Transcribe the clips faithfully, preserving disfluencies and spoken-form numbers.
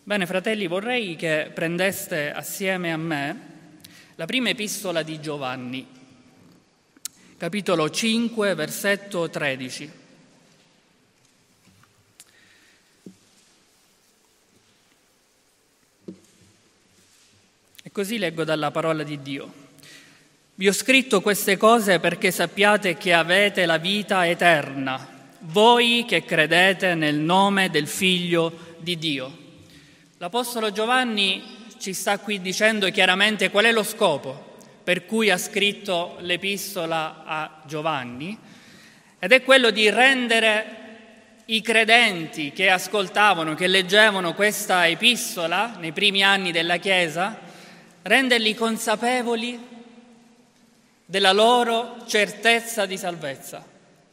Bene, fratelli, vorrei che prendeste assieme a me la prima epistola di Giovanni, capitolo cinque, versetto tredici. E così leggo dalla parola di Dio. Vi ho scritto queste cose perché sappiate che avete la vita eterna, voi che credete nel nome del Figlio di Dio. L'Apostolo Giovanni ci sta qui dicendo chiaramente qual è lo scopo per cui ha scritto l'epistola a Giovanni, ed è quello di rendere i credenti che ascoltavano, che leggevano questa epistola nei primi anni della Chiesa, renderli consapevoli della loro certezza di salvezza.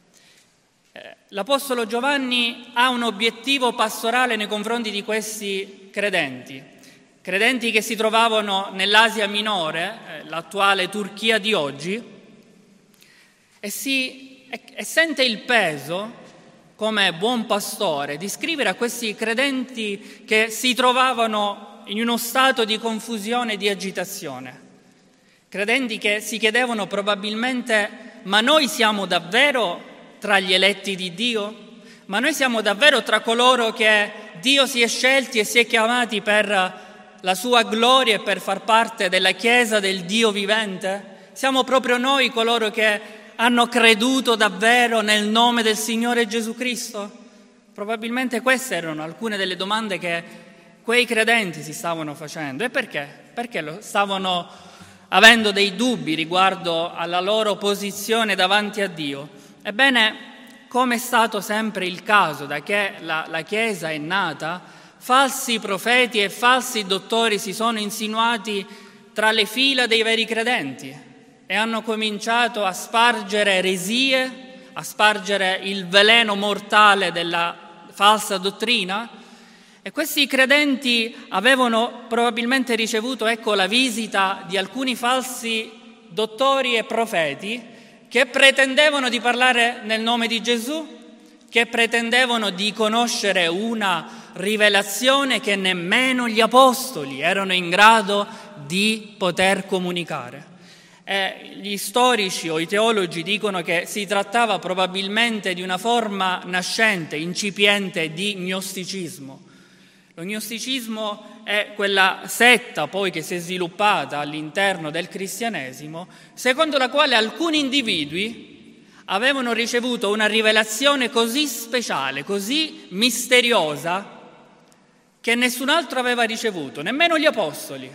L'Apostolo Giovanni ha un obiettivo pastorale nei confronti di questi credenti, credenti che si trovavano nell'Asia Minore, l'attuale Turchia di oggi, e, si, e, e sente il peso, come buon pastore, di scrivere a questi credenti che si trovavano in uno stato di confusione e di agitazione, credenti che si chiedevano probabilmente: ma noi siamo davvero tra gli eletti di Dio? Ma noi siamo davvero tra coloro che Dio si è scelti e si è chiamati per la sua gloria e per far parte della Chiesa del Dio vivente? Siamo proprio noi coloro che hanno creduto davvero nel nome del Signore Gesù Cristo? Probabilmente queste erano alcune delle domande che quei credenti si stavano facendo. E perché? Perché lo stavano avendo dei dubbi riguardo alla loro posizione davanti a Dio. Ebbene, come è stato sempre il caso da che la, la Chiesa è nata, falsi profeti e falsi dottori si sono insinuati tra le fila dei veri credenti e hanno cominciato a spargere eresie, a spargere il veleno mortale della falsa dottrina. E questi credenti avevano probabilmente ricevuto, ecco, la visita di alcuni falsi dottori e profeti che pretendevano di parlare nel nome di Gesù, che pretendevano di conoscere una rivelazione che nemmeno gli apostoli erano in grado di poter comunicare. E gli storici o i teologi dicono che si trattava probabilmente di una forma nascente, incipiente di gnosticismo. Lo gnosticismo è quella setta poi che si è sviluppata all'interno del cristianesimo, secondo la quale alcuni individui avevano ricevuto una rivelazione così speciale, così misteriosa, che nessun altro aveva ricevuto, nemmeno gli apostoli.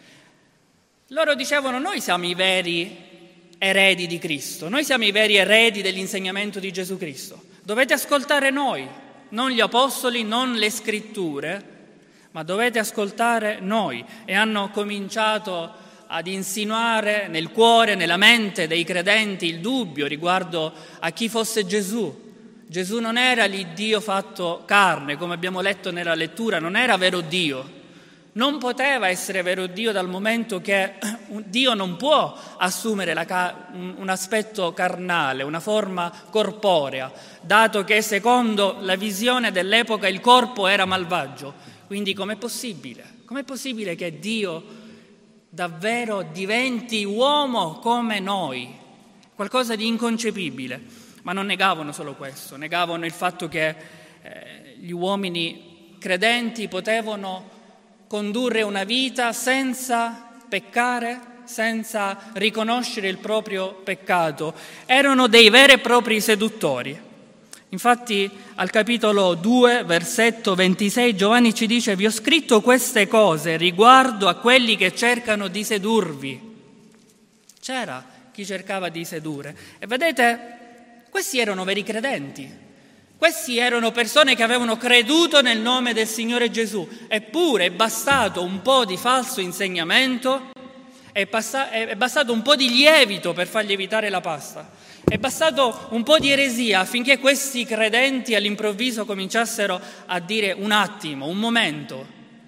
Loro dicevano: noi siamo i veri eredi di Cristo, noi siamo i veri eredi dell'insegnamento di Gesù Cristo, dovete ascoltare noi, non gli apostoli, non le scritture, ma dovete ascoltare noi. E hanno cominciato ad insinuare nel cuore, nella mente dei credenti il dubbio riguardo a chi fosse Gesù. Gesù non era l'Iddio fatto carne, come abbiamo letto nella lettura, non era vero Dio. Non poteva essere vero Dio dal momento che Dio non può assumere la, un aspetto carnale, una forma corporea, dato che secondo la visione dell'epoca il corpo era malvagio. Quindi com'è possibile? Com'è possibile che Dio davvero diventi uomo come noi? Qualcosa di inconcepibile. Ma non negavano solo questo, negavano il fatto che eh, gli uomini credenti potevano condurre una vita senza peccare, senza riconoscere il proprio peccato. Erano dei veri e propri seduttori. Infatti al capitolo due, versetto ventisei, Giovanni ci dice: vi ho scritto queste cose riguardo a quelli che cercano di sedurvi. C'era chi cercava di sedurre. E vedete, questi erano veri credenti. Questi erano persone che avevano creduto nel nome del Signore Gesù. Eppure è bastato un po' di falso insegnamento, è, passa- è bastato un po' di lievito per far lievitare la pasta. È bastato un po' di eresia affinché questi credenti all'improvviso cominciassero a dire: un attimo, un momento,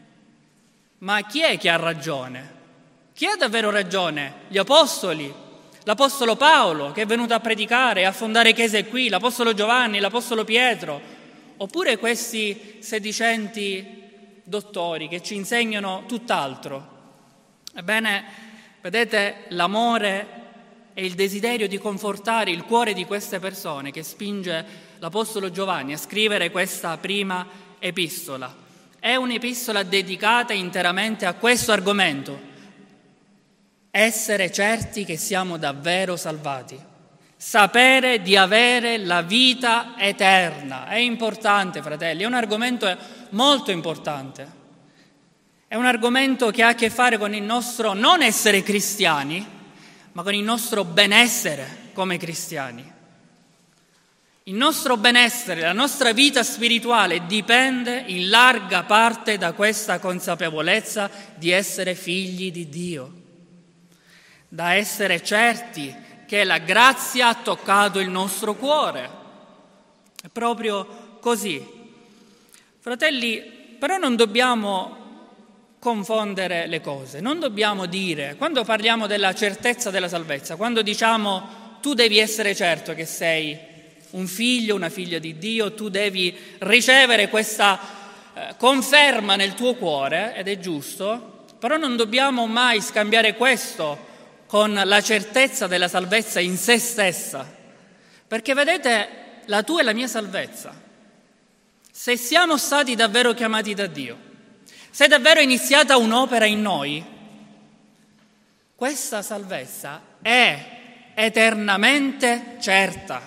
ma chi è che ha ragione? Chi ha davvero ragione? Gli apostoli? L'apostolo Paolo, che è venuto a predicare e a fondare chiese qui, l'apostolo Giovanni, l'apostolo Pietro, oppure questi sedicenti dottori che ci insegnano tutt'altro. Ebbene, vedete, l'amore e il desiderio di confortare il cuore di queste persone che spinge l'Apostolo Giovanni a scrivere questa prima epistola. È un'epistola dedicata interamente a questo argomento: essere certi che siamo davvero salvati, sapere di avere la vita eterna. È importante, fratelli, è un argomento molto importante. È un argomento che ha a che fare con il nostro non essere cristiani, ma con il nostro benessere come cristiani. Il nostro benessere, la nostra vita spirituale dipende in larga parte da questa consapevolezza di essere figli di Dio, da essere certi che la grazia ha toccato il nostro cuore. È proprio così. Fratelli, però non dobbiamo confondere le cose, non dobbiamo dire, quando parliamo della certezza della salvezza, quando diciamo tu devi essere certo che sei un figlio, una figlia di Dio, tu devi ricevere questa eh, conferma nel tuo cuore, ed è giusto, però non dobbiamo mai scambiare questo con la certezza della salvezza in sé stessa, perché vedete, la tua e la mia salvezza, se siamo stati davvero chiamati da Dio, se è davvero iniziata un'opera in noi, questa salvezza è eternamente certa,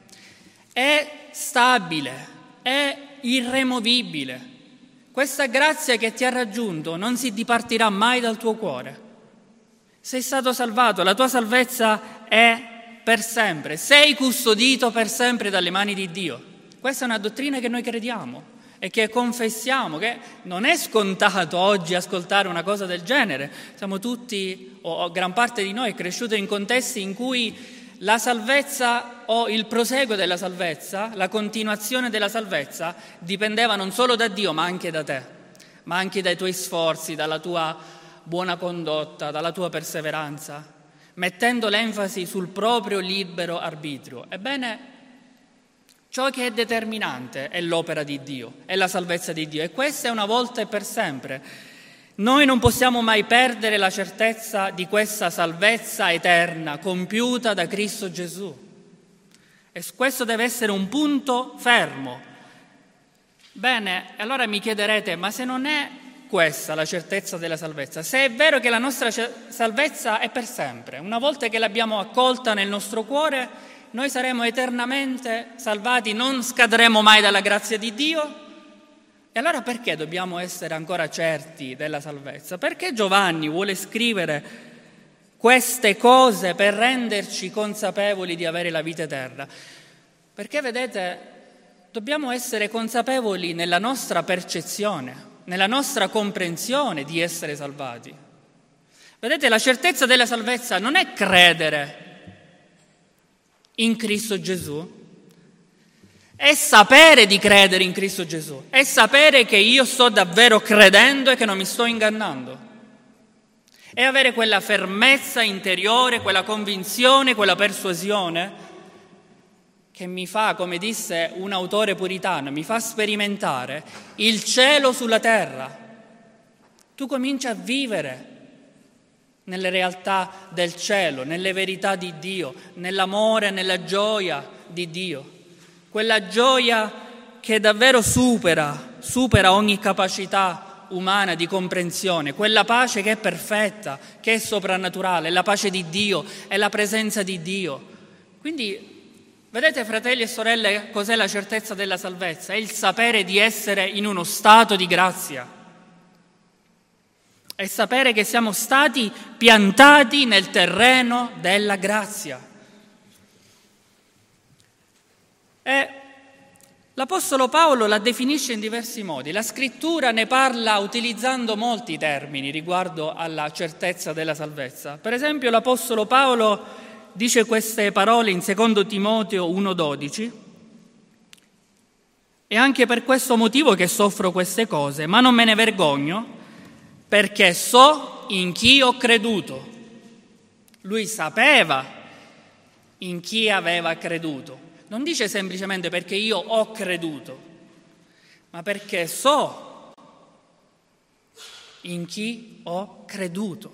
è stabile, è irremovibile. Questa grazia che ti ha raggiunto non si dipartirà mai dal tuo cuore. Sei stato salvato, la tua salvezza è per sempre, sei custodito per sempre dalle mani di Dio. Questa è una dottrina che noi crediamo e che confessiamo, che non è scontato oggi ascoltare una cosa del genere. Siamo tutti, o gran parte di noi, è cresciuto in contesti in cui la salvezza o il proseguo della salvezza, la continuazione della salvezza dipendeva non solo da Dio ma anche da te, ma anche dai tuoi sforzi, dalla tua buona condotta, dalla tua perseveranza, mettendo l'enfasi sul proprio libero arbitrio. Ebbene, ciò che è determinante è l'opera di Dio, è la salvezza di Dio, e questa è una volta e per sempre. Noi non possiamo mai perdere la certezza di questa salvezza eterna compiuta da Cristo Gesù, e questo deve essere un punto fermo. Bene, allora mi chiederete, ma se non è questa la certezza della salvezza, se è vero che la nostra salvezza è per sempre, una volta che l'abbiamo accolta nel nostro cuore, noi saremo eternamente salvati, non scadremo mai dalla grazia di Dio? E allora perché dobbiamo essere ancora certi della salvezza? Perché Giovanni vuole scrivere queste cose per renderci consapevoli di avere la vita eterna? Perché, vedete, dobbiamo essere consapevoli nella nostra percezione, nella nostra comprensione di essere salvati. Vedete, la certezza della salvezza non è credere in Cristo Gesù, è sapere di credere in Cristo Gesù, è sapere che io sto davvero credendo e che non mi sto ingannando, è avere quella fermezza interiore, quella convinzione, quella persuasione che mi fa, come disse un autore puritano, mi fa sperimentare il cielo sulla terra. Tu cominci a vivere nelle realtà del cielo, nelle verità di Dio, nell'amore, nella gioia di Dio. Quella gioia che davvero supera, supera ogni capacità umana di comprensione, quella pace che è perfetta, che è soprannaturale, è la pace di Dio, è la presenza di Dio. Quindi, vedete, fratelli e sorelle, cos'è la certezza della salvezza? È il sapere di essere in uno stato di grazia. È sapere che siamo stati piantati nel terreno della grazia. E l'Apostolo Paolo la definisce in diversi modi. La Scrittura ne parla utilizzando molti termini riguardo alla certezza della salvezza. Per esempio, l'Apostolo Paolo dice queste parole in secondo Timoteo uno dodici: «È anche per questo motivo che soffro queste cose, ma non me ne vergogno, perché so in chi ho creduto». Lui sapeva in chi aveva creduto. Non dice semplicemente perché io ho creduto, ma perché so in chi ho creduto.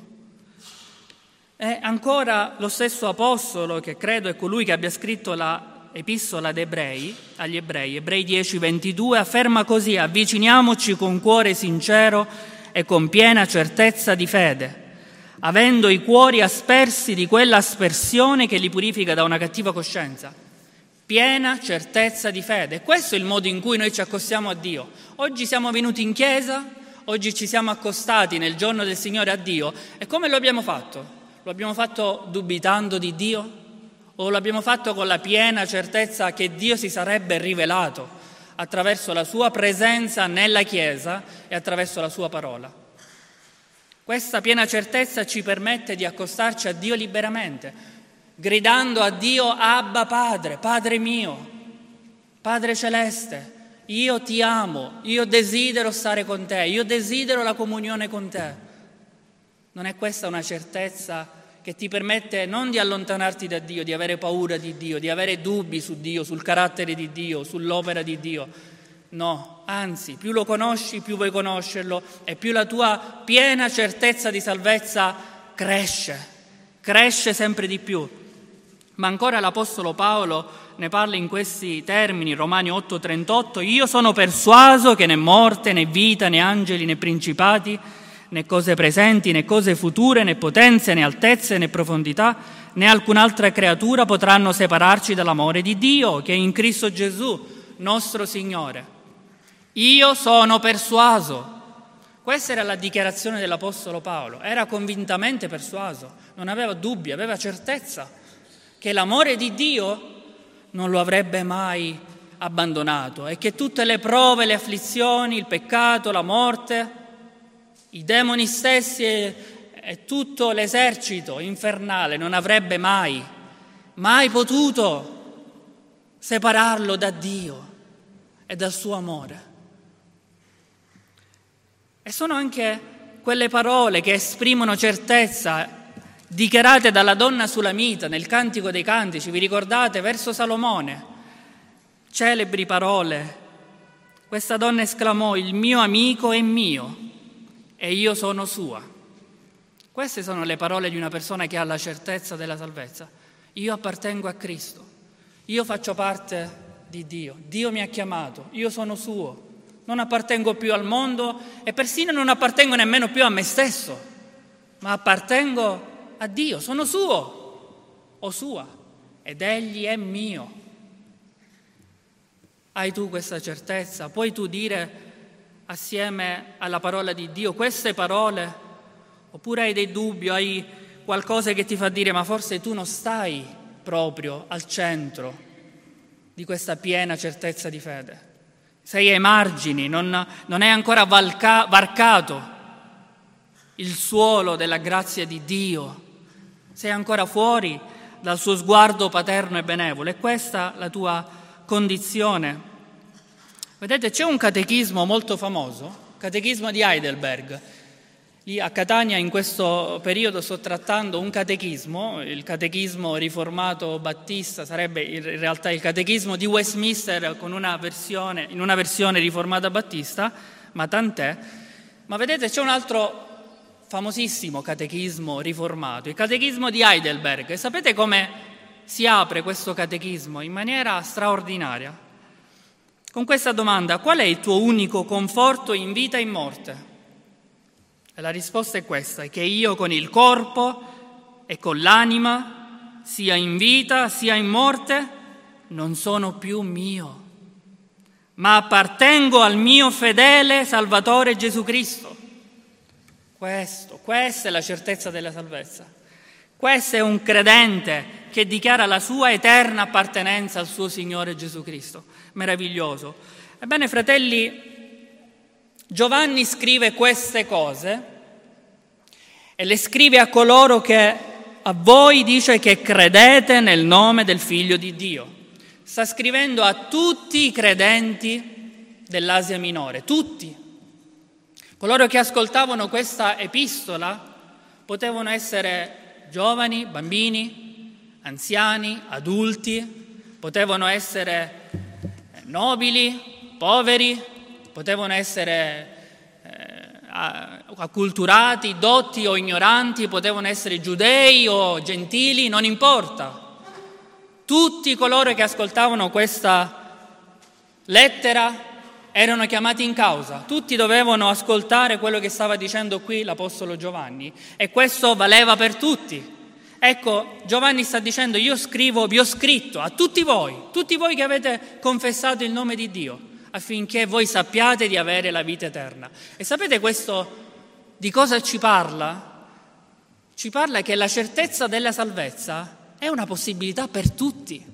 E ancora lo stesso apostolo, che credo è colui che abbia scritto la epistola ad ebrei, agli ebrei, Ebrei dieci ventidue, afferma così: avviciniamoci con cuore sincero e con piena certezza di fede, avendo i cuori aspersi di quella aspersione che li purifica da una cattiva coscienza. Piena certezza di fede. Questo è il modo in cui noi ci accostiamo a Dio. Oggi siamo venuti in chiesa, oggi ci siamo accostati nel giorno del Signore a Dio, e come lo abbiamo fatto? Lo abbiamo fatto dubitando di Dio? O lo abbiamo fatto con la piena certezza che Dio si sarebbe rivelato attraverso la sua presenza nella Chiesa e attraverso la sua parola? Questa piena certezza ci permette di accostarci a Dio liberamente, gridando a Dio: Abba Padre, Padre mio, Padre celeste, io ti amo, io desidero stare con te, io desidero la comunione con te. Non è questa una certezza che ti permette non di allontanarti da Dio, di avere paura di Dio, di avere dubbi su Dio, sul carattere di Dio, sull'opera di Dio? No, anzi, più lo conosci, più vuoi conoscerlo e più la tua piena certezza di salvezza cresce, cresce sempre di più. Ma ancora l'Apostolo Paolo ne parla in questi termini, Romani otto trentotto: io sono persuaso che né morte, né vita, né angeli, né principati, né cose presenti, né cose future, né potenze, né altezze, né profondità, né alcun'altra creatura potranno separarci dall'amore di Dio, che è in Cristo Gesù, nostro Signore. Io sono persuaso. Questa era la dichiarazione dell'Apostolo Paolo, era convintamente persuaso, non aveva dubbi, aveva certezza che l'amore di Dio non lo avrebbe mai abbandonato e che tutte le prove, le afflizioni, il peccato, la morte, i demoni stessi e, e tutto l'esercito infernale non avrebbe mai, mai potuto separarlo da Dio e dal suo amore. E sono anche quelle parole che esprimono certezza dichiarate dalla donna sulamita nel Cantico dei Cantici, vi ricordate, verso Salomone? Celebri parole. Questa donna esclamò: il mio amico è mio e io sono sua. Queste sono le parole di una persona che ha la certezza della salvezza. Io appartengo a Cristo, io faccio parte di Dio, Dio mi ha chiamato, io sono suo, non appartengo più al mondo e persino non appartengo nemmeno più a me stesso, ma appartengo a Dio, sono suo o sua ed egli è mio. Hai tu questa certezza? Puoi tu dire assieme alla parola di Dio queste parole? Oppure hai dei dubbi, hai qualcosa che ti fa dire: ma forse tu non stai proprio al centro di questa piena certezza di fede, sei ai margini, non, non hai ancora valca, varcato il suolo della grazia di Dio, sei ancora fuori dal suo sguardo paterno e benevolo. È questa la tua condizione? Vedete, c'è un catechismo molto famoso, catechismo di Heidelberg. Lì a Catania in questo periodo sto trattando un catechismo, il catechismo riformato battista, sarebbe in realtà il catechismo di Westminster con una versione, in una versione riformata battista, ma tant'è. Ma vedete, c'è un altro famosissimo catechismo riformato, il catechismo di Heidelberg. E sapete come si apre questo catechismo? In maniera straordinaria, con questa domanda: qual è il tuo unico conforto in vita e in morte? E la risposta è questa: è che io con il corpo e con l'anima, sia in vita sia in morte, non sono più mio, ma appartengo al mio fedele Salvatore Gesù Cristo. Questo, questa è la certezza della salvezza. Questo è un credente che dichiara la sua eterna appartenenza al suo Signore Gesù Cristo. Meraviglioso. Ebbene, fratelli, Giovanni scrive queste cose e le scrive a coloro che a voi dice che credete nel nome del Figlio di Dio. Sta scrivendo a tutti i credenti dell'Asia Minore, tutti. Coloro che ascoltavano questa epistola potevano essere giovani, bambini, anziani, adulti, potevano essere nobili, poveri, potevano essere eh, acculturati, dotti o ignoranti, potevano essere giudei o gentili, non importa. Tutti coloro che ascoltavano questa lettera erano chiamati in causa, tutti dovevano ascoltare quello che stava dicendo qui l'Apostolo Giovanni, e questo valeva per tutti. Ecco, Giovanni sta dicendo: io scrivo, vi ho scritto a tutti voi, tutti voi che avete confessato il nome di Dio, affinché voi sappiate di avere la vita eterna. E sapete questo di cosa ci parla? Ci parla che la certezza della salvezza è una possibilità per tutti,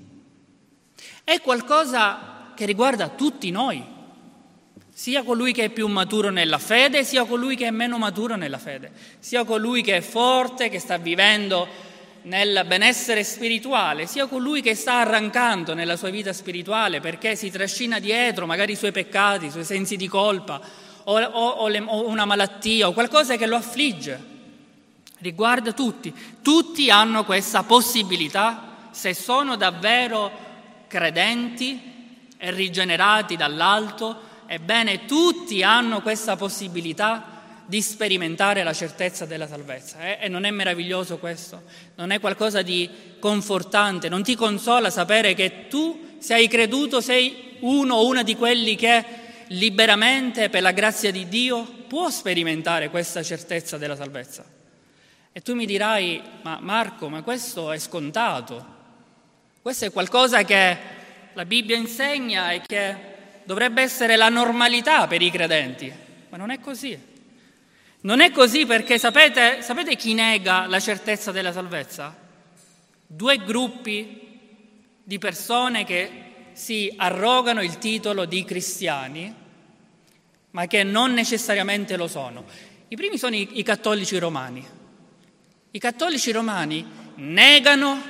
è qualcosa che riguarda tutti noi, sia colui che è più maturo nella fede, sia colui che è meno maturo nella fede, sia colui che è forte, che sta vivendo nel benessere spirituale, sia colui che sta arrancando nella sua vita spirituale perché si trascina dietro magari i suoi peccati, i suoi sensi di colpa o, o, o, le, o una malattia o qualcosa che lo affligge. Riguarda tutti, tutti hanno questa possibilità se sono davvero credenti e rigenerati dall'alto. Ebbene, tutti hanno questa possibilità di sperimentare la certezza della salvezza. Eh? E non è meraviglioso questo? Non è qualcosa di confortante? Non ti consola sapere che tu, se hai creduto, sei uno o una di quelli che liberamente, per la grazia di Dio, può sperimentare questa certezza della salvezza? E tu mi dirai: ma Marco, ma questo è scontato. Questo è qualcosa che la Bibbia insegna e che dovrebbe essere la normalità per i credenti. Ma non è così. Non è così perché sapete, sapete chi nega la certezza della salvezza? Due gruppi di persone che si arrogano il titolo di cristiani, ma che non necessariamente lo sono. I primi sono i, i cattolici romani. I cattolici romani negano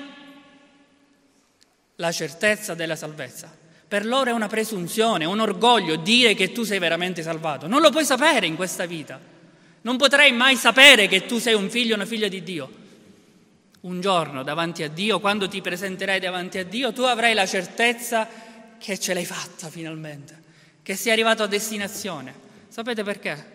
la certezza della salvezza. Per loro è una presunzione, un orgoglio dire che tu sei veramente salvato. Non lo puoi sapere in questa vita. Non potrai mai sapere che tu sei un figlio o una figlia di Dio. Un giorno davanti a Dio, quando ti presenterai davanti a Dio, tu avrai la certezza che ce l'hai fatta finalmente, che sei arrivato a destinazione. Sapete perché?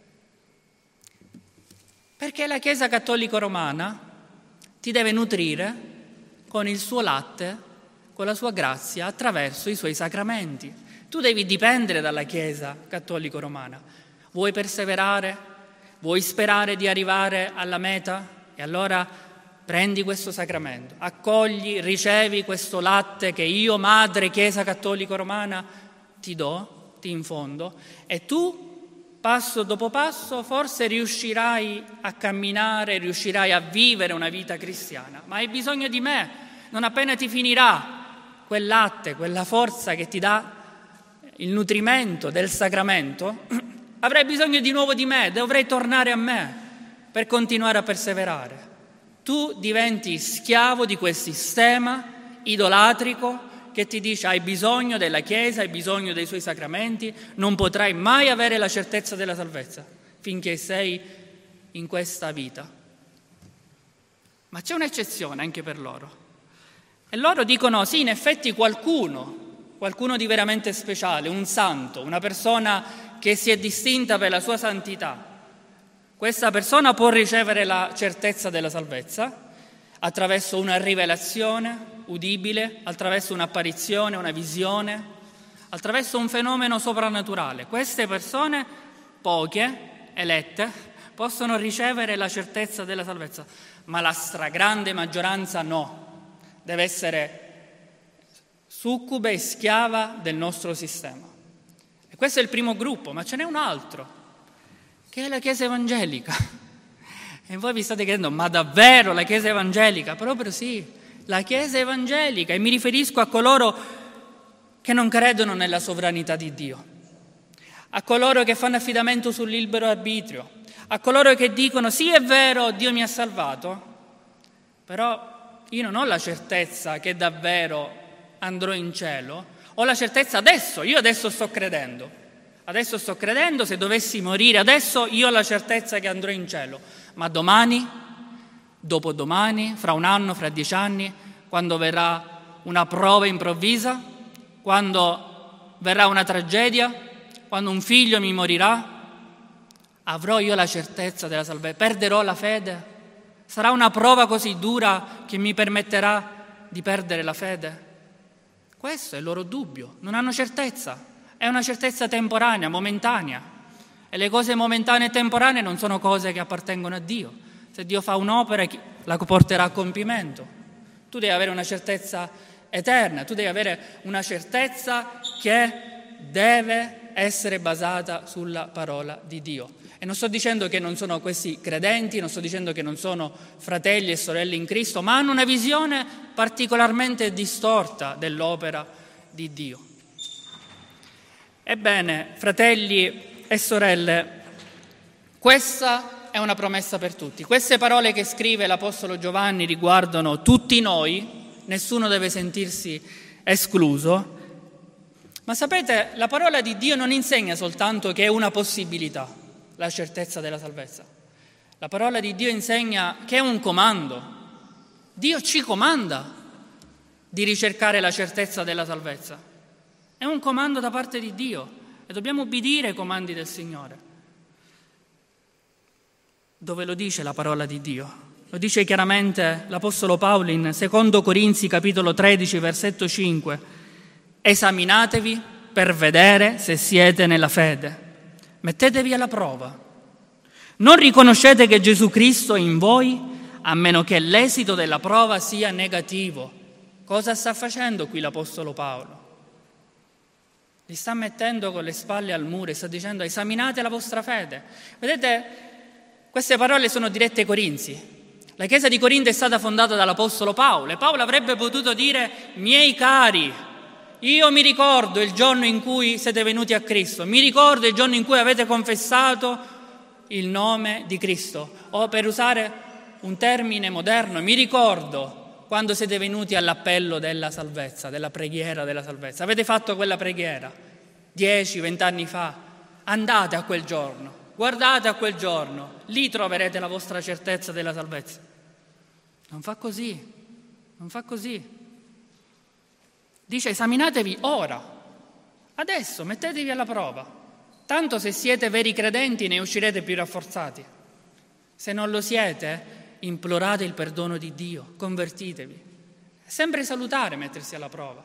Perché la Chiesa Cattolica Romana ti deve nutrire con il suo latte, con la sua grazia, attraverso i suoi sacramenti. Tu devi dipendere dalla Chiesa Cattolica Romana. Vuoi perseverare? Vuoi sperare di arrivare alla meta? E allora prendi questo sacramento, accogli, ricevi questo latte che io, Madre Chiesa Cattolica Romana, ti do, ti infondo, e tu, passo dopo passo, forse riuscirai a camminare, riuscirai a vivere una vita cristiana, ma hai bisogno di me. Non appena ti finirà quel latte, quella forza che ti dà il nutrimento del sacramento, avrai bisogno di nuovo di me, dovrai tornare a me per continuare a perseverare. Tu diventi schiavo di quel sistema idolatrico che ti dice: hai bisogno della Chiesa, hai bisogno dei suoi sacramenti, non potrai mai avere la certezza della salvezza finché sei in questa vita. Ma c'è un'eccezione anche per loro. E loro dicono: sì, in effetti qualcuno, qualcuno di veramente speciale, un santo, una persona che si è distinta per la sua santità, questa persona può ricevere la certezza della salvezza attraverso una rivelazione udibile, attraverso un'apparizione, una visione, attraverso un fenomeno soprannaturale. Queste persone, poche, elette, possono ricevere la certezza della salvezza, ma la stragrande maggioranza no. Deve essere succube e schiava del nostro sistema. E questo è il primo gruppo, ma ce n'è un altro, che è la Chiesa evangelica. E voi vi state chiedendo: ma davvero la Chiesa evangelica? Proprio sì, la Chiesa evangelica, e mi riferisco a coloro che non credono nella sovranità di Dio, a coloro che fanno affidamento sul libero arbitrio, a coloro che dicono: sì, è vero, Dio mi ha salvato, però io non ho la certezza che davvero andrò in cielo. Ho la certezza adesso, io adesso sto credendo, adesso sto credendo, se dovessi morire adesso io ho la certezza che andrò in cielo, ma domani, dopodomani, fra un anno, fra dieci anni, quando verrà una prova improvvisa, quando verrà una tragedia, quando un figlio mi morirà, Avrò io la certezza della salvezza? Perderò la fede? Sarà una prova così dura che mi permetterà di perdere la fede? Questo è il loro dubbio, non hanno certezza, è una certezza temporanea, momentanea. E le cose momentanee e temporanee non sono cose che appartengono a Dio. Se Dio fa un'opera, la porterà a compimento. Tu devi avere una certezza eterna, tu devi avere una certezza che deve essere basata sulla parola di Dio. E non sto dicendo che non sono questi credenti, non sto dicendo che non sono fratelli e sorelle in Cristo, ma hanno una visione particolarmente distorta dell'opera di Dio. Ebbene, fratelli e sorelle, questa è una promessa per tutti. Queste parole che scrive l'Apostolo Giovanni riguardano tutti noi, nessuno deve sentirsi escluso. Ma sapete, la parola di Dio non insegna soltanto che è una possibilità, la certezza della salvezza. La parola di Dio insegna che è un comando. Dio ci comanda di ricercare la certezza della salvezza. È un comando da parte di Dio e dobbiamo ubbidire ai comandi del Signore. Dove lo dice la parola di Dio? Lo dice chiaramente l'Apostolo Paolo in secondo Corinzi capitolo tredici versetto cinque. Esaminatevi per vedere se siete nella fede. Mettetevi alla prova. Non riconoscete che Gesù Cristo è in voi, a meno che l'esito della prova sia negativo. Cosa sta facendo qui l'Apostolo Paolo? Li sta mettendo con le spalle al muro e sta dicendo: esaminate la vostra fede. Vedete, queste parole sono dirette ai Corinzi. La chiesa di Corinto è stata fondata dall'Apostolo Paolo e Paolo avrebbe potuto dire: miei cari, io mi ricordo il giorno in cui siete venuti a Cristo, mi ricordo il giorno in cui avete confessato il nome di Cristo, o per usare un termine moderno, mi ricordo quando siete venuti all'appello della salvezza, della preghiera della salvezza. Avete fatto quella preghiera dieci, vent'anni fa, andate a quel giorno, guardate a quel giorno, lì troverete la vostra certezza della salvezza. Non fa così, non fa così. Dice: esaminatevi ora, adesso, mettetevi alla prova. Tanto se siete veri credenti ne uscirete più rafforzati. Se non lo siete, implorate il perdono di Dio, convertitevi. È sempre salutare mettersi alla prova.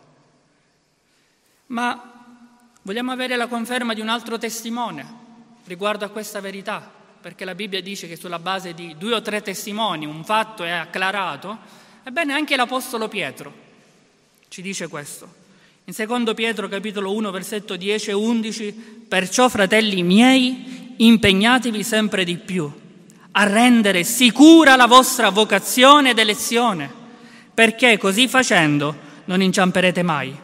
Ma vogliamo avere la conferma di un altro testimone riguardo a questa verità, perché la Bibbia dice che sulla base di due o tre testimoni un fatto è acclarato. Ebbene, anche l'Apostolo Pietro ci dice questo. In secondo Pietro capitolo uno versetto dieci e undici: perciò, fratelli miei, impegnatevi sempre di più a rendere sicura la vostra vocazione ed elezione, perché così facendo non inciamperete mai.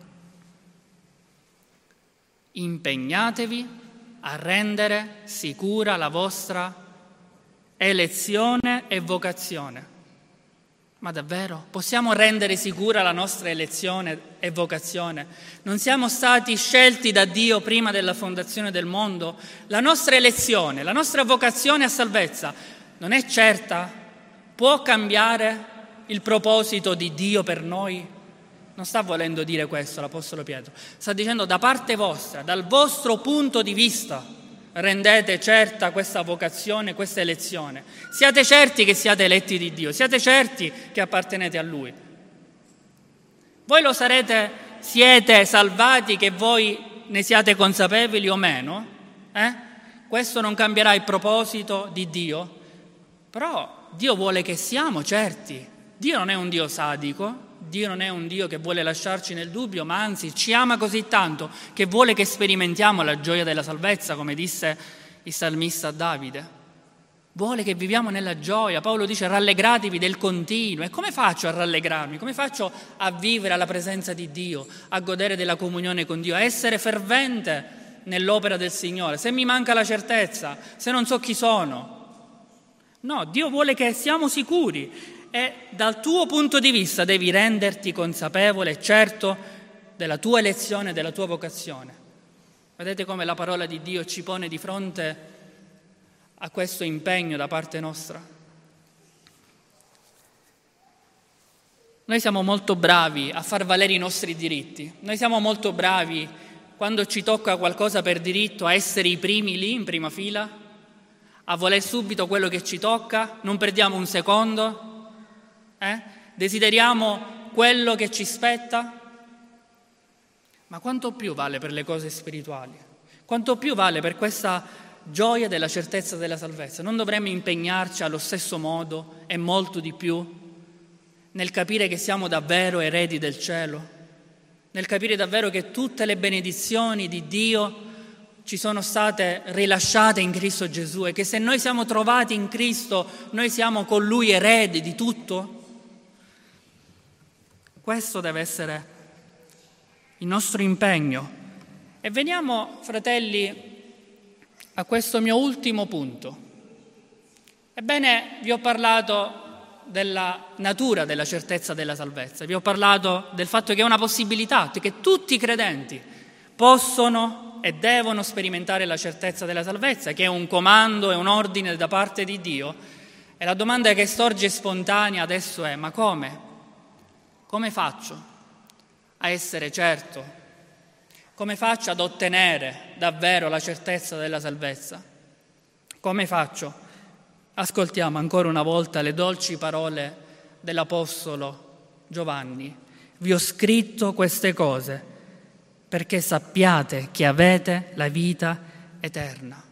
Impegnatevi a rendere sicura la vostra elezione e vocazione. Ma davvero? Possiamo rendere sicura la nostra elezione e vocazione? Non siamo stati scelti da Dio prima della fondazione del mondo? La nostra elezione, la nostra vocazione a salvezza non è certa? Può cambiare il proposito di Dio per noi? Non sta volendo dire questo l'Apostolo Pietro. Sta dicendo: da parte vostra, dal vostro punto di vista, rendete certa questa vocazione, questa elezione. Siate certi che siate eletti di Dio, siate certi che appartenete a Lui. Voi lo sarete, siete salvati che voi ne siate consapevoli o meno, eh? Questo non cambierà il proposito di Dio, però Dio vuole che siamo certi. Dio non è un Dio sadico, Dio non è un Dio che vuole lasciarci nel dubbio, ma anzi ci ama così tanto che vuole che sperimentiamo la gioia della salvezza, come disse il salmista Davide. Vuole che viviamo nella gioia. Paolo dice: rallegratevi del continuo. E come faccio a rallegrarmi? Come faccio a vivere alla presenza di Dio, a godere della comunione con Dio, a essere fervente nell'opera del Signore, se mi manca la certezza, se non so chi sono? No, Dio vuole che siamo sicuri. E dal tuo punto di vista devi renderti consapevole e certo della tua elezione e della tua vocazione. Vedete come la parola di Dio ci pone di fronte a questo impegno da parte nostra? Noi siamo molto bravi a far valere i nostri diritti. Noi siamo molto bravi, quando ci tocca qualcosa per diritto, a essere i primi lì in prima fila. A voler subito quello che ci tocca? Non perdiamo un secondo? Eh? Desideriamo quello che ci spetta? Ma quanto più vale per le cose spirituali? Quanto più vale per questa gioia della certezza della salvezza? Non dovremmo impegnarci allo stesso modo e molto di più nel capire che siamo davvero eredi del cielo? Nel capire davvero che tutte le benedizioni di Dio ci sono state rilasciate in Cristo Gesù e che se noi siamo trovati in Cristo, noi siamo con Lui eredi di tutto? Questo deve essere il nostro impegno. E veniamo, fratelli, a questo mio ultimo punto. Ebbene, vi ho parlato della natura della certezza della salvezza, vi ho parlato del fatto che è una possibilità, che tutti i credenti possono e devono sperimentare la certezza della salvezza, che è un comando, è un ordine da parte di Dio. E la domanda che sorge spontanea adesso è: ma come? Come faccio a essere certo? Come faccio ad ottenere davvero la certezza della salvezza? Come faccio? Ascoltiamo ancora una volta le dolci parole dell'Apostolo Giovanni. Vi ho scritto queste cose perché sappiate che avete la vita eterna.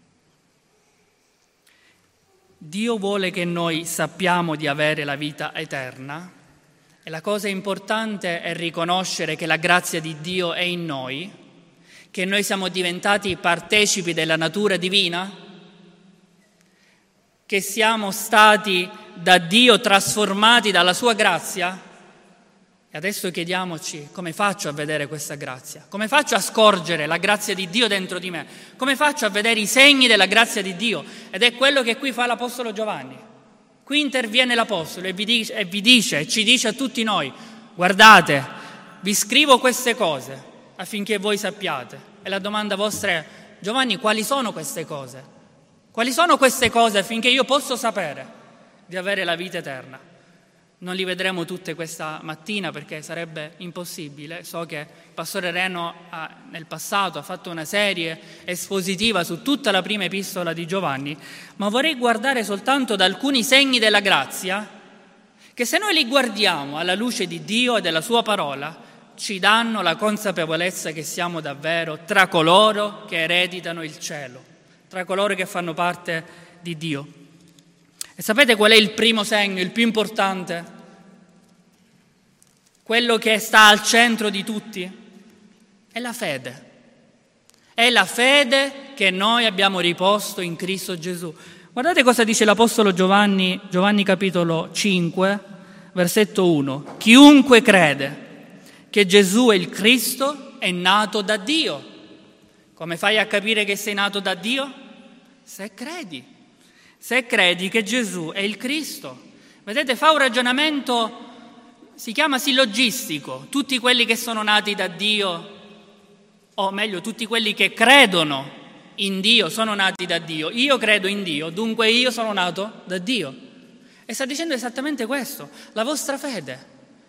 Dio vuole che noi sappiamo di avere la vita eterna e la cosa importante è riconoscere che la grazia di Dio è in noi, che noi siamo diventati partecipi della natura divina, che siamo stati da Dio trasformati dalla sua grazia. E adesso chiediamoci: come faccio a vedere questa grazia? Come faccio a scorgere la grazia di Dio dentro di me? Come faccio a vedere i segni della grazia di Dio? Ed è quello che qui fa l'Apostolo Giovanni. Qui interviene l'Apostolo e vi dice, e vi dice, e ci dice a tutti noi: guardate, vi scrivo queste cose affinché voi sappiate. E la domanda vostra è: Giovanni, quali sono queste cose? Quali sono queste cose affinché io possa sapere di avere la vita eterna? Non li vedremo tutte questa mattina perché sarebbe impossibile. So che il pastore Reno ha, nel passato ha fatto una serie espositiva su tutta la prima epistola di Giovanni, ma vorrei guardare soltanto ad alcuni segni della grazia che, se noi li guardiamo alla luce di Dio e della sua parola, ci danno la consapevolezza che siamo davvero tra coloro che ereditano il cielo, tra coloro che fanno parte di Dio. E sapete qual è il primo segno, il più importante? Quello che sta al centro di tutti? È la fede. È la fede che noi abbiamo riposto in Cristo Gesù. Guardate cosa dice l'Apostolo Giovanni, Giovanni capitolo cinque, versetto uno. Chiunque crede che Gesù è il Cristo è nato da Dio. Come fai a capire che sei nato da Dio? Se credi. Se credi che Gesù è il Cristo. Vedete, fa un ragionamento, si chiama sillogistico. Tutti quelli che sono nati da Dio, o meglio, tutti quelli che credono in Dio sono nati da Dio. Io credo in Dio, dunque io sono nato da Dio. E sta dicendo esattamente questo, la vostra fede.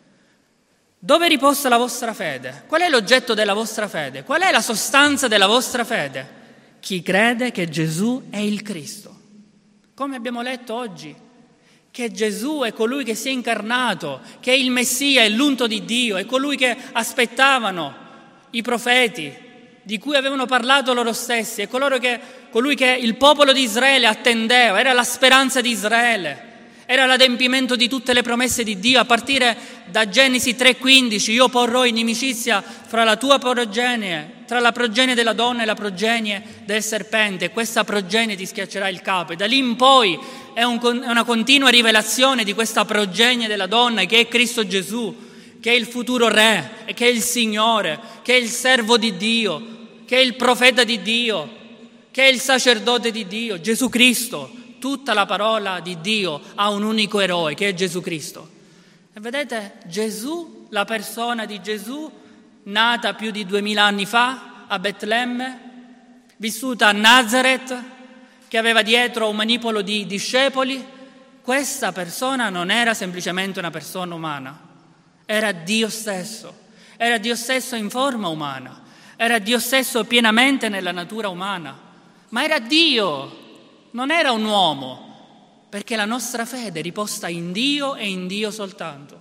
Dove riposa la vostra fede? Qual è l'oggetto della vostra fede? Qual è la sostanza della vostra fede? Chi crede che Gesù è il Cristo. Come abbiamo letto oggi, che Gesù è colui che si è incarnato, che è il Messia, è l'unto di Dio, è colui che aspettavano i profeti, di cui avevano parlato loro stessi, è coloro che, colui che il popolo di Israele attendeva, era la speranza di Israele, era l'adempimento di tutte le promesse di Dio, a partire da Genesi tre quindici: io porrò inimicizia fra la tua progenie, tra la progenie della donna e la progenie del serpente, e questa progenie ti schiaccerà il capo. E da lì in poi è, un, è una continua rivelazione di questa progenie della donna, che è Cristo Gesù, che è il futuro re, e che è il Signore, che è il servo di Dio, che è il profeta di Dio, che è il sacerdote di Dio, Gesù Cristo. Tutta la parola di Dio ha un unico eroe, che è Gesù Cristo. E vedete, Gesù, la persona di Gesù, nata più di duemila anni fa a Betlemme, vissuta a Nazareth, che aveva dietro un manipolo di discepoli, questa persona non era semplicemente una persona umana, era Dio stesso, era Dio stesso in forma umana, era Dio stesso pienamente nella natura umana, ma era Dio. non era un uomo, perché la nostra fede è riposta in Dio e in Dio soltanto.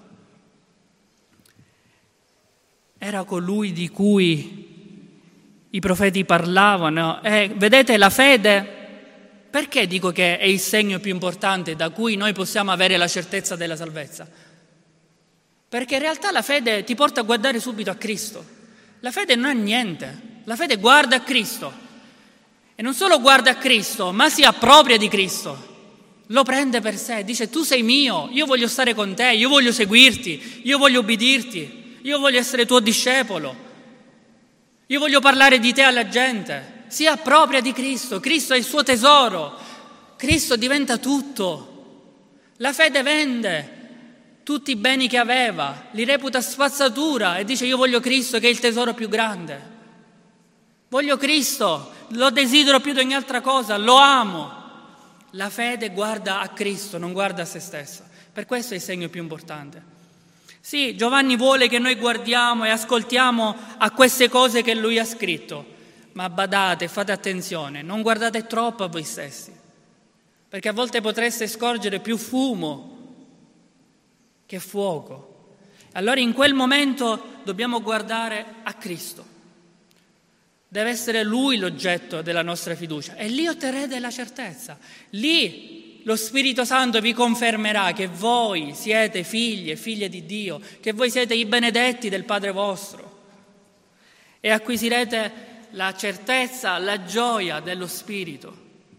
Era colui di cui i profeti parlavano. E vedete, la fede, perché dico che è il segno più importante da cui noi possiamo avere la certezza della salvezza? Perché in realtà la fede ti porta a guardare subito a Cristo. La fede non è niente, la fede guarda a Cristo. E non solo guarda a Cristo, ma si appropria di Cristo. Lo prende per sé, dice: tu sei mio, io voglio stare con te, io voglio seguirti, io voglio ubbidirti, io voglio essere tuo discepolo, io voglio parlare di te alla gente. Si appropria di Cristo, Cristo è il suo tesoro, Cristo diventa tutto. La fede vende tutti i beni che aveva, li reputa spazzatura e dice: io voglio Cristo che è il tesoro più grande. Voglio Cristo, lo desidero più di ogni altra cosa, lo amo. La fede guarda a Cristo, non guarda a se stessa. Per questo è il segno più importante. Sì, Giovanni vuole che noi guardiamo e ascoltiamo a queste cose che lui ha scritto, ma badate, fate attenzione, non guardate troppo a voi stessi, perché a volte potreste scorgere più fumo che fuoco. Allora in quel momento dobbiamo guardare a Cristo. Deve essere Lui l'oggetto della nostra fiducia e lì otterrete la certezza. Lì lo Spirito Santo vi confermerà che voi siete figli e figlie di Dio, che voi siete i benedetti del Padre vostro e acquisirete la certezza, la gioia dello Spirito.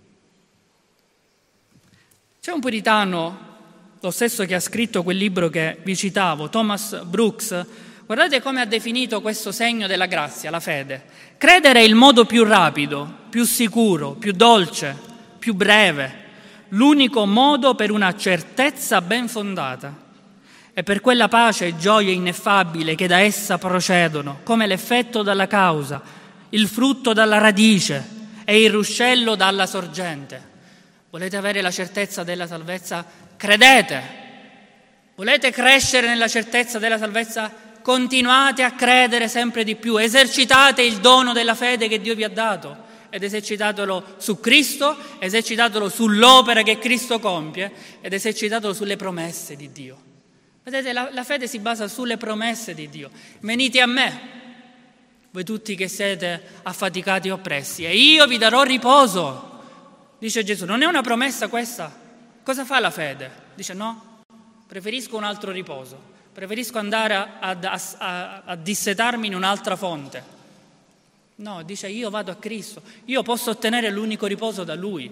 C'è un puritano, lo stesso che ha scritto quel libro che vi citavo, Thomas Brooks. Guardate come ha definito questo segno della grazia, la fede. Credere è il modo più rapido, più sicuro, più dolce, più breve, l'unico modo per una certezza ben fondata e per quella pace e gioia ineffabile che da essa procedono, come l'effetto dalla causa, il frutto dalla radice e il ruscello dalla sorgente. Volete avere la certezza della salvezza? Credete. Volete crescere nella certezza della salvezza? Continuate a credere sempre di più, esercitate il dono della fede che Dio vi ha dato ed esercitatelo su Cristo, esercitatelo sull'opera che Cristo compie ed esercitatelo sulle promesse di Dio. Vedete, la, la fede si basa sulle promesse di Dio. Venite a me, voi tutti che siete affaticati e oppressi, e io vi darò riposo, dice Gesù. Non è una promessa questa? Cosa fa la fede? Dice no, preferisco un altro riposo. Preferisco andare a, a, a, a dissetarmi in un'altra fonte. No, dice io vado a Cristo, io posso ottenere l'unico riposo da Lui.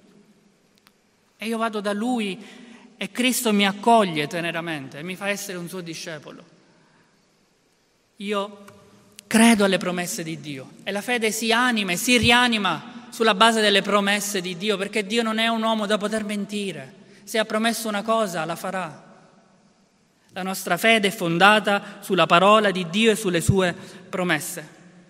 E io vado da Lui e Cristo mi accoglie teneramente e mi fa essere un suo discepolo. Io credo alle promesse di Dio e la fede si anima e si rianima sulla base delle promesse di Dio, perché Dio non è un uomo da poter mentire. Se ha promesso una cosa, la farà. La nostra fede è fondata sulla parola di Dio e sulle sue promesse.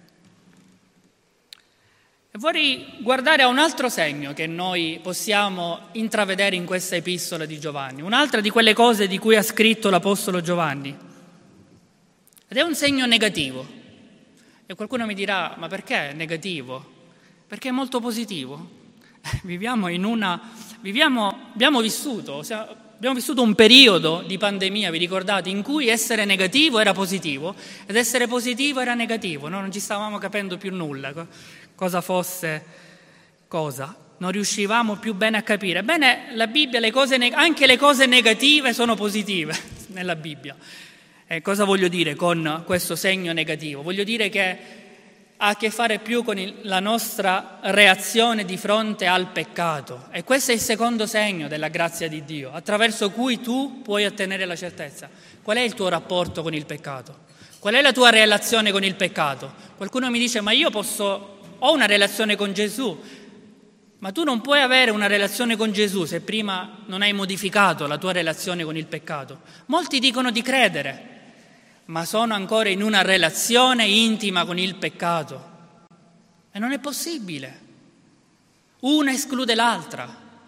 E vorrei guardare a un altro segno che noi possiamo intravedere in questa epistola di Giovanni, un'altra di quelle cose di cui ha scritto l'Apostolo Giovanni. Ed è un segno negativo. E qualcuno mi dirà, ma perché negativo? Perché è molto positivo. Viviamo in una... Viviamo, abbiamo vissuto... Ossia, Abbiamo vissuto un periodo di pandemia, vi ricordate, in cui essere negativo era positivo ed essere positivo era negativo. Noi non ci stavamo capendo più nulla, cosa fosse cosa. Non riuscivamo più bene a capire. Ebbene, la Bibbia, le cose neg- anche le cose negative sono positive nella Bibbia. E cosa voglio dire con questo segno negativo? Voglio dire che ha a che fare più con il, la nostra reazione di fronte al peccato. E questo è il secondo segno della grazia di Dio, attraverso cui tu puoi ottenere la certezza. Qual è il tuo rapporto con il peccato? Qual è la tua relazione con il peccato? Qualcuno mi dice, ma io posso, ho una relazione con Gesù, ma tu non puoi avere una relazione con Gesù se prima non hai modificato la tua relazione con il peccato. Molti dicono di credere, ma sono ancora in una relazione intima con il peccato. E non è possibile. Una esclude l'altra.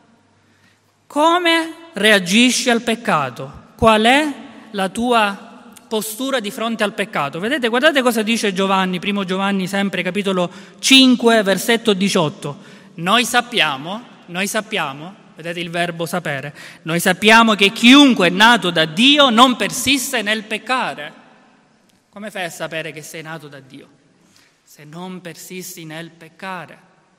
Come reagisci al peccato? Qual è la tua postura di fronte al peccato? Vedete, guardate cosa dice Giovanni, primo Giovanni, sempre capitolo cinque, versetto diciotto. Noi sappiamo noi sappiamo, vedete il verbo sapere, noi sappiamo che chiunque è nato da Dio non persiste nel peccare. Come fai a sapere che sei nato da Dio? Se non persisti nel peccare.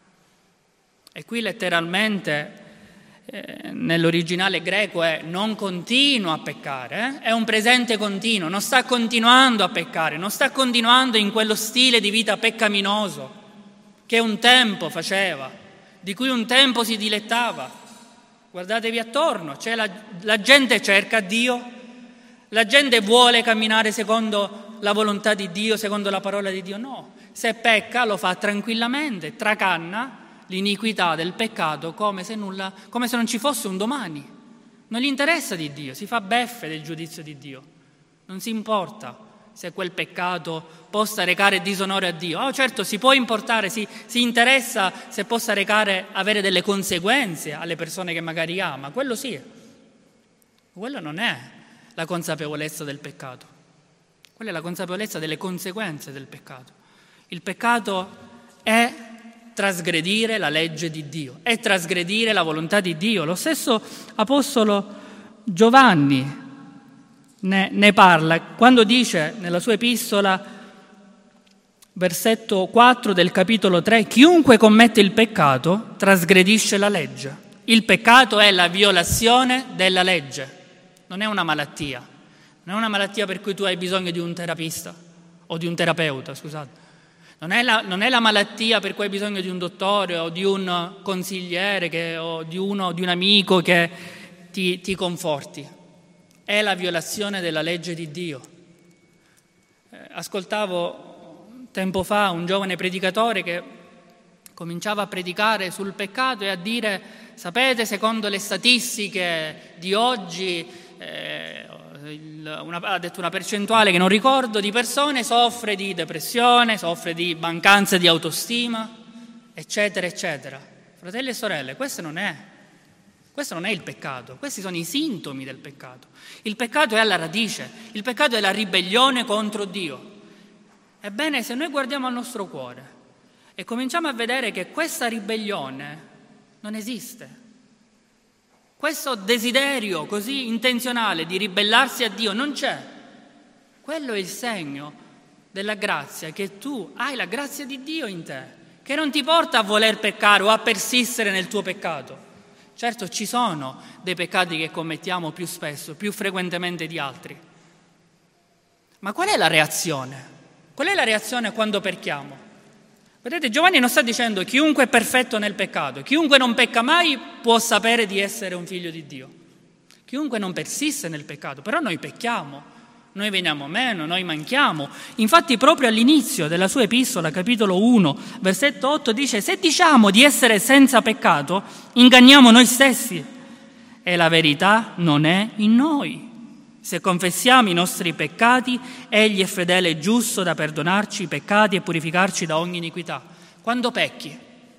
E qui letteralmente eh, nell'originale greco è non continua a peccare, eh? È un presente continuo, non sta continuando a peccare, non sta continuando in quello stile di vita peccaminoso che un tempo faceva, di cui un tempo si dilettava. Guardatevi attorno, cioè la, la gente cerca Dio, la gente vuole camminare secondo la volontà di Dio, secondo la parola di Dio. No, se pecca lo fa tranquillamente, tracanna l'iniquità del peccato come se nulla, come se non ci fosse un domani. Non gli interessa di Dio, si fa beffe del giudizio di Dio, non si importa se quel peccato possa recare disonore a Dio. Oh, certo, si può importare, si, si interessa se possa recare, avere delle conseguenze alle persone che magari ama, quello sì. Quello non è la consapevolezza del peccato, quella è la consapevolezza delle conseguenze del peccato. Il peccato è trasgredire la legge di Dio, è trasgredire la volontà di Dio. Lo stesso Apostolo Giovanni Ne, ne parla quando dice nella sua epistola, versetto quattro del capitolo tre, chiunque commette il peccato trasgredisce la legge. Il peccato è la violazione della legge, non è una malattia, non è una malattia per cui tu hai bisogno di un terapista o di un terapeuta, scusate. Non è la, non è la malattia per cui hai bisogno di un dottore o di un consigliere che, o di uno, di un amico che ti, ti conforti. È la violazione della legge di Dio. Eh, ascoltavo tempo fa un giovane predicatore che cominciava a predicare sul peccato e a dire: sapete, secondo le statistiche di oggi, eh, il, una, ha detto una percentuale che non ricordo di persone soffre di depressione, soffre di mancanza di autostima, eccetera, eccetera. Fratelli e sorelle, questo non è Questo non è il peccato, questi sono i sintomi del peccato. Il peccato è alla radice, il peccato è la ribellione contro Dio. Ebbene, se noi guardiamo al nostro cuore e cominciamo a vedere che questa ribellione non esiste, questo desiderio così intenzionale di ribellarsi a Dio non c'è, quello è il segno della grazia, che tu hai la grazia di Dio in te, che non ti porta a voler peccare o a persistere nel tuo peccato. Certo, ci sono dei peccati che commettiamo più spesso, più frequentemente di altri. Ma qual è la reazione? Qual è la reazione quando pecchiamo? Vedete, Giovanni non sta dicendo chiunque è perfetto nel peccato, chiunque non pecca mai può sapere di essere un figlio di Dio. Chiunque non persiste nel peccato, però noi pecchiamo, noi veniamo meno, noi manchiamo. Infatti proprio all'inizio della sua epistola, capitolo uno, versetto otto, dice: se diciamo di essere senza peccato, inganniamo noi stessi e la verità non è in noi. Se confessiamo i nostri peccati, Egli è fedele e giusto da perdonarci i peccati e purificarci da ogni iniquità. Quando pecchi,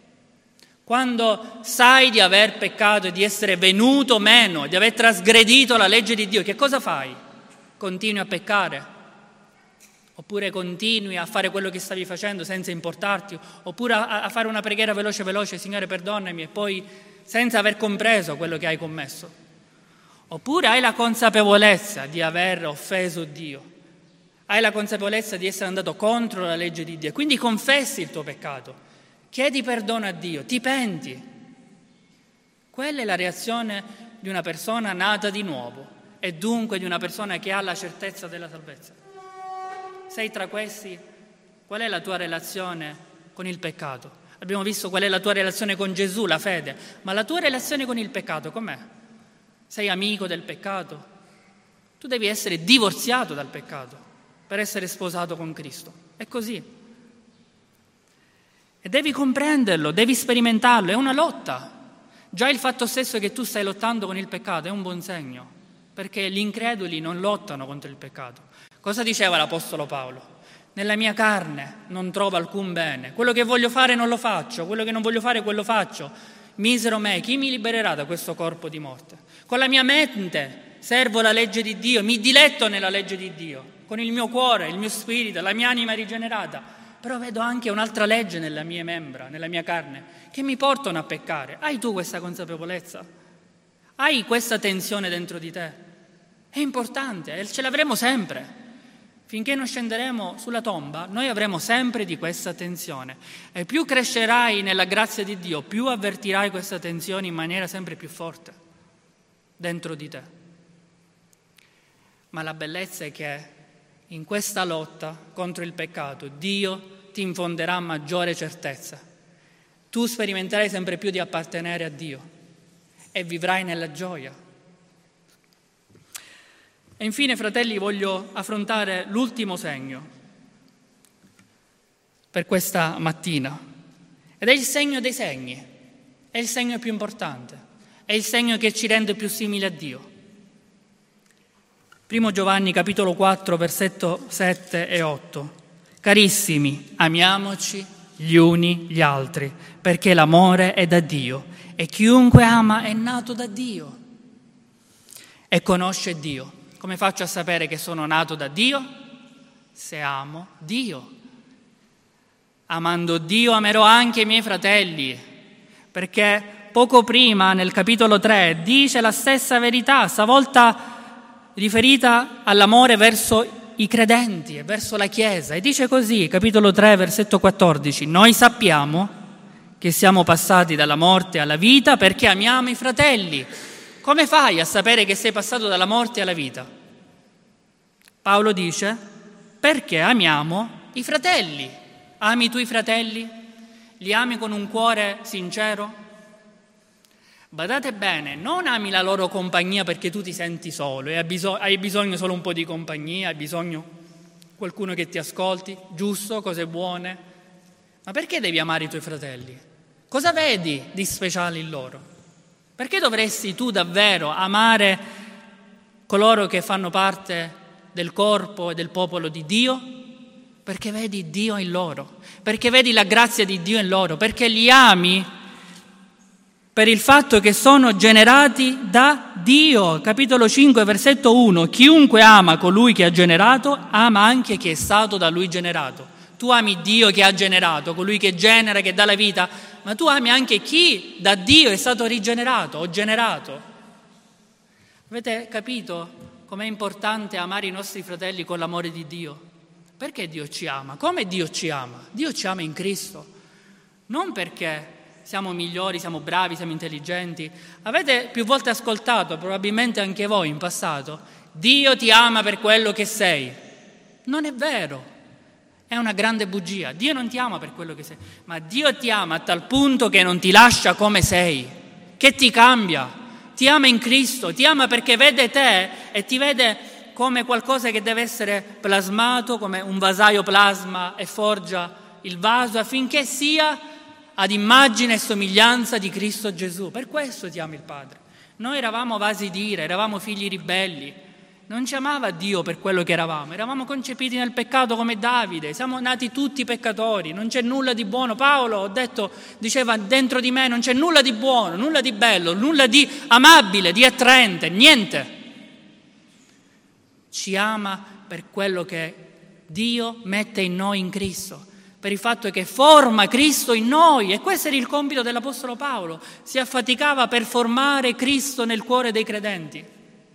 quando sai di aver peccato e di essere venuto meno, di aver trasgredito la legge di Dio, che cosa fai? Continui a peccare? Oppure continui a fare quello che stavi facendo senza importarti? Oppure a, a fare una preghiera veloce veloce, Signore perdonami, e poi senza aver compreso quello che hai commesso? Oppure hai la consapevolezza di aver offeso Dio, hai la consapevolezza di essere andato contro la legge di Dio, quindi confessi il tuo peccato, chiedi perdono a Dio, ti penti. Quella è la reazione di una persona nata di nuovo e dunque di una persona che ha la certezza della salvezza. Sei tra questi? Qual è la tua relazione con il peccato? Abbiamo visto qual è la tua relazione con Gesù, la fede, ma la tua relazione con il peccato com'è? Sei amico del peccato? Tu devi essere divorziato dal peccato per essere sposato con Cristo. È così. E devi comprenderlo, devi sperimentarlo, è una lotta. Già il fatto stesso che tu stai lottando con il peccato è un buon segno, perché gli increduli non lottano contro il peccato. Cosa diceva l'Apostolo Paolo? Nella mia carne non trovo alcun bene, quello che voglio fare non lo faccio, quello che non voglio fare quello faccio. Misero me, chi mi libererà da questo corpo di morte? Con la mia mente servo la legge di Dio, mi diletto nella legge di Dio, con il mio cuore, il mio spirito, la mia anima rigenerata. però vedo anche un'altra legge nella mia membra, nella mia carne, che mi portano a peccare. Hai tu questa consapevolezza? Hai questa tensione dentro di te? È importante e ce l'avremo sempre. Finché non scenderemo sulla tomba, noi avremo sempre di questa tensione. E più crescerai nella grazia di Dio, più avvertirai questa tensione in maniera sempre più forte dentro di te. Ma la bellezza è che in questa lotta contro il peccato Dio ti infonderà maggiore certezza. Tu sperimenterai sempre più di appartenere a Dio e vivrai nella gioia. E infine, fratelli, voglio affrontare l'ultimo segno per questa mattina. Ed è il segno dei segni, è il segno più importante, è il segno che ci rende più simili a Dio. Primo Giovanni capitolo quattro, versetto sette e otto. Carissimi, amiamoci gli uni gli altri, perché l'amore è da Dio e chiunque ama è nato da Dio e conosce Dio. Come faccio a sapere che sono nato da Dio? Se amo Dio. Amando Dio amerò anche i miei fratelli, perché poco prima nel capitolo tre dice la stessa verità, stavolta riferita all'amore verso i credenti e verso la Chiesa. E dice così, capitolo tre, versetto quattordici, noi sappiamo che siamo passati dalla morte alla vita perché amiamo i fratelli. Come fai a sapere che sei passato dalla morte alla vita? Paolo dice, perché amiamo i fratelli. Ami tu i fratelli? Li ami con un cuore sincero? Badate bene, non ami la loro compagnia perché tu ti senti solo e hai bisogno, hai bisogno solo un po' di compagnia, hai bisogno di qualcuno che ti ascolti, giusto, cose buone. Ma perché devi amare i tuoi fratelli? Cosa vedi di speciale in loro? Perché dovresti tu davvero amare coloro che fanno parte del corpo e del popolo di Dio? Perché vedi Dio in loro, perché vedi la grazia di Dio in loro, perché li ami per il fatto che sono generati da Dio. Capitolo cinque, versetto uno. Chiunque ama colui che ha generato, ama anche chi è stato da lui generato. Tu ami Dio che ha generato, colui che genera, che dà la vita, ma tu ami anche chi da Dio è stato rigenerato o generato. Avete capito com'è importante amare i nostri fratelli con l'amore di Dio? Perché Dio ci ama? Come Dio ci ama? Dio ci ama in Cristo, non perché siamo migliori, siamo bravi, siamo intelligenti. Avete più volte ascoltato, probabilmente anche voi in passato, Dio ti ama per quello che sei. Non è vero. È una grande bugia. Dio non ti ama per quello che sei, ma Dio ti ama a tal punto che non ti lascia come sei, che ti cambia, ti ama in Cristo, ti ama perché vede te e ti vede come qualcosa che deve essere plasmato, come un vasaio plasma e forgia il vaso affinché sia ad immagine e somiglianza di Cristo Gesù. Per questo ti ama il Padre. Noi eravamo vasi d'ira, eravamo figli ribelli. Non ci amava Dio per quello che eravamo, eravamo concepiti nel peccato come Davide, siamo nati tutti peccatori, non c'è nulla di buono. Paolo, ho detto, diceva dentro di me non c'è nulla di buono, nulla di bello, nulla di amabile, di attraente, niente. Ci ama per quello che Dio mette in noi in Cristo, per il fatto che forma Cristo in noi, e questo era il compito dell'Apostolo Paolo, si affaticava per formare Cristo nel cuore dei credenti.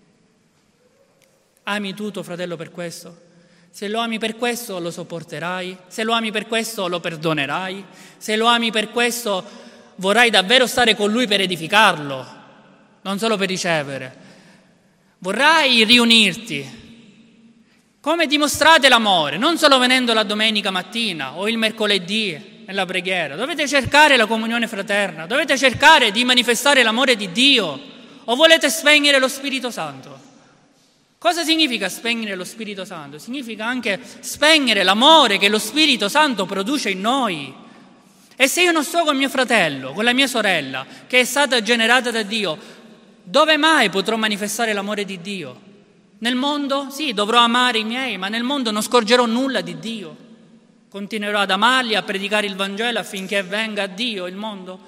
Ami tu tuo fratello per questo? Se lo ami per questo lo sopporterai, se lo ami per questo lo perdonerai, se lo ami per questo vorrai davvero stare con lui per edificarlo, non solo per ricevere. Vorrai riunirti. Come dimostrate l'amore? Non solo venendo la domenica mattina o il mercoledì nella preghiera, dovete cercare la comunione fraterna, dovete cercare di manifestare l'amore di Dio, o volete spegnere lo Spirito Santo? Cosa significa spegnere lo Spirito Santo? Significa anche spegnere l'amore che lo Spirito Santo produce in noi. E se io non sto con mio fratello, con la mia sorella, che è stata generata da Dio, dove mai potrò manifestare l'amore di Dio? Nel mondo? Sì, dovrò amare i miei, ma nel mondo non scorgerò nulla di Dio. Continuerò ad amarli, a predicare il Vangelo affinché venga a Dio il mondo.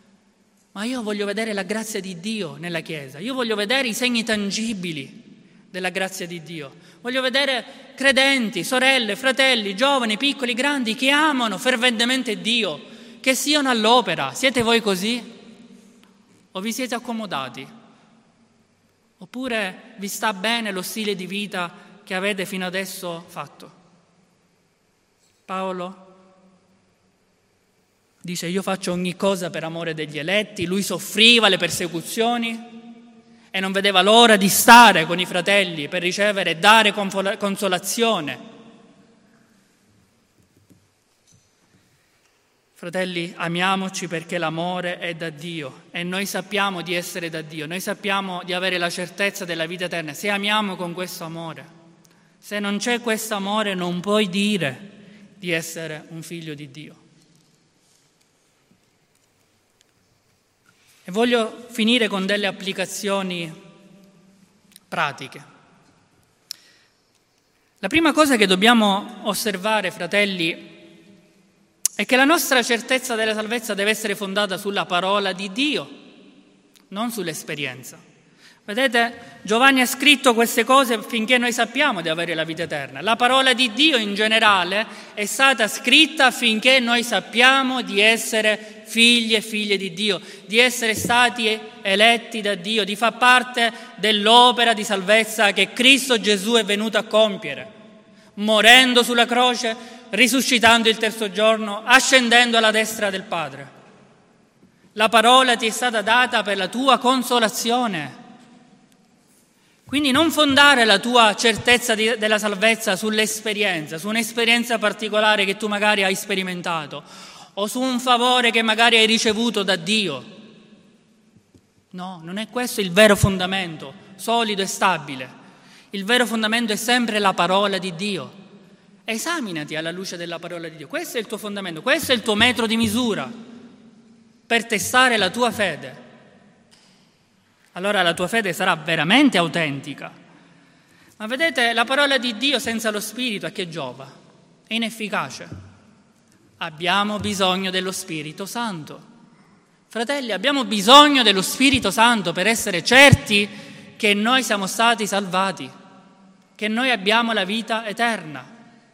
Ma io voglio vedere la grazia di Dio nella Chiesa, io voglio vedere i segni tangibili della grazia di Dio. Voglio vedere credenti, sorelle, fratelli, giovani, piccoli, grandi, che amano ferventemente Dio, che siano all'opera. Siete voi così? O vi siete accomodati? Oppure vi sta bene lo stile di vita che avete fino adesso fatto? Paolo dice: io faccio ogni cosa per amore degli eletti. Lui soffriva le persecuzioni e non vedeva l'ora di stare con i fratelli per ricevere e dare consolazione. Fratelli, amiamoci perché l'amore è da Dio e noi sappiamo di essere da Dio, noi sappiamo di avere la certezza della vita eterna se amiamo con questo amore. Se non c'è questo amore non puoi dire di essere un figlio di Dio. E voglio finire con delle applicazioni pratiche. La prima cosa che dobbiamo osservare, fratelli, è che la nostra certezza della salvezza deve essere fondata sulla parola di Dio, non sull'esperienza. Vedete, Giovanni ha scritto queste cose affinché noi sappiamo di avere la vita eterna. La parola di Dio in generale è stata scritta affinché noi sappiamo di essere figli e figlie di Dio, di essere stati eletti da Dio, di far parte dell'opera di salvezza che Cristo Gesù è venuto a compiere, morendo sulla croce, risuscitando il terzo giorno, ascendendo alla destra del Padre. La parola ti è stata data per la tua consolazione. Quindi non fondare la tua certezza di, della salvezza sull'esperienza, su un'esperienza particolare che tu magari hai sperimentato o su un favore che magari hai ricevuto da Dio. No, non è questo il vero fondamento, solido e stabile. Il vero fondamento è sempre la parola di Dio. Esaminati alla luce della parola di Dio. Questo è il tuo fondamento, questo è il tuo metro di misura per testare la tua fede. Allora la tua fede sarà veramente autentica. Ma vedete, la parola di Dio senza lo Spirito a che giova? È inefficace. Abbiamo bisogno dello Spirito Santo. Fratelli, abbiamo bisogno dello Spirito Santo per essere certi che noi siamo stati salvati, che noi abbiamo la vita eterna.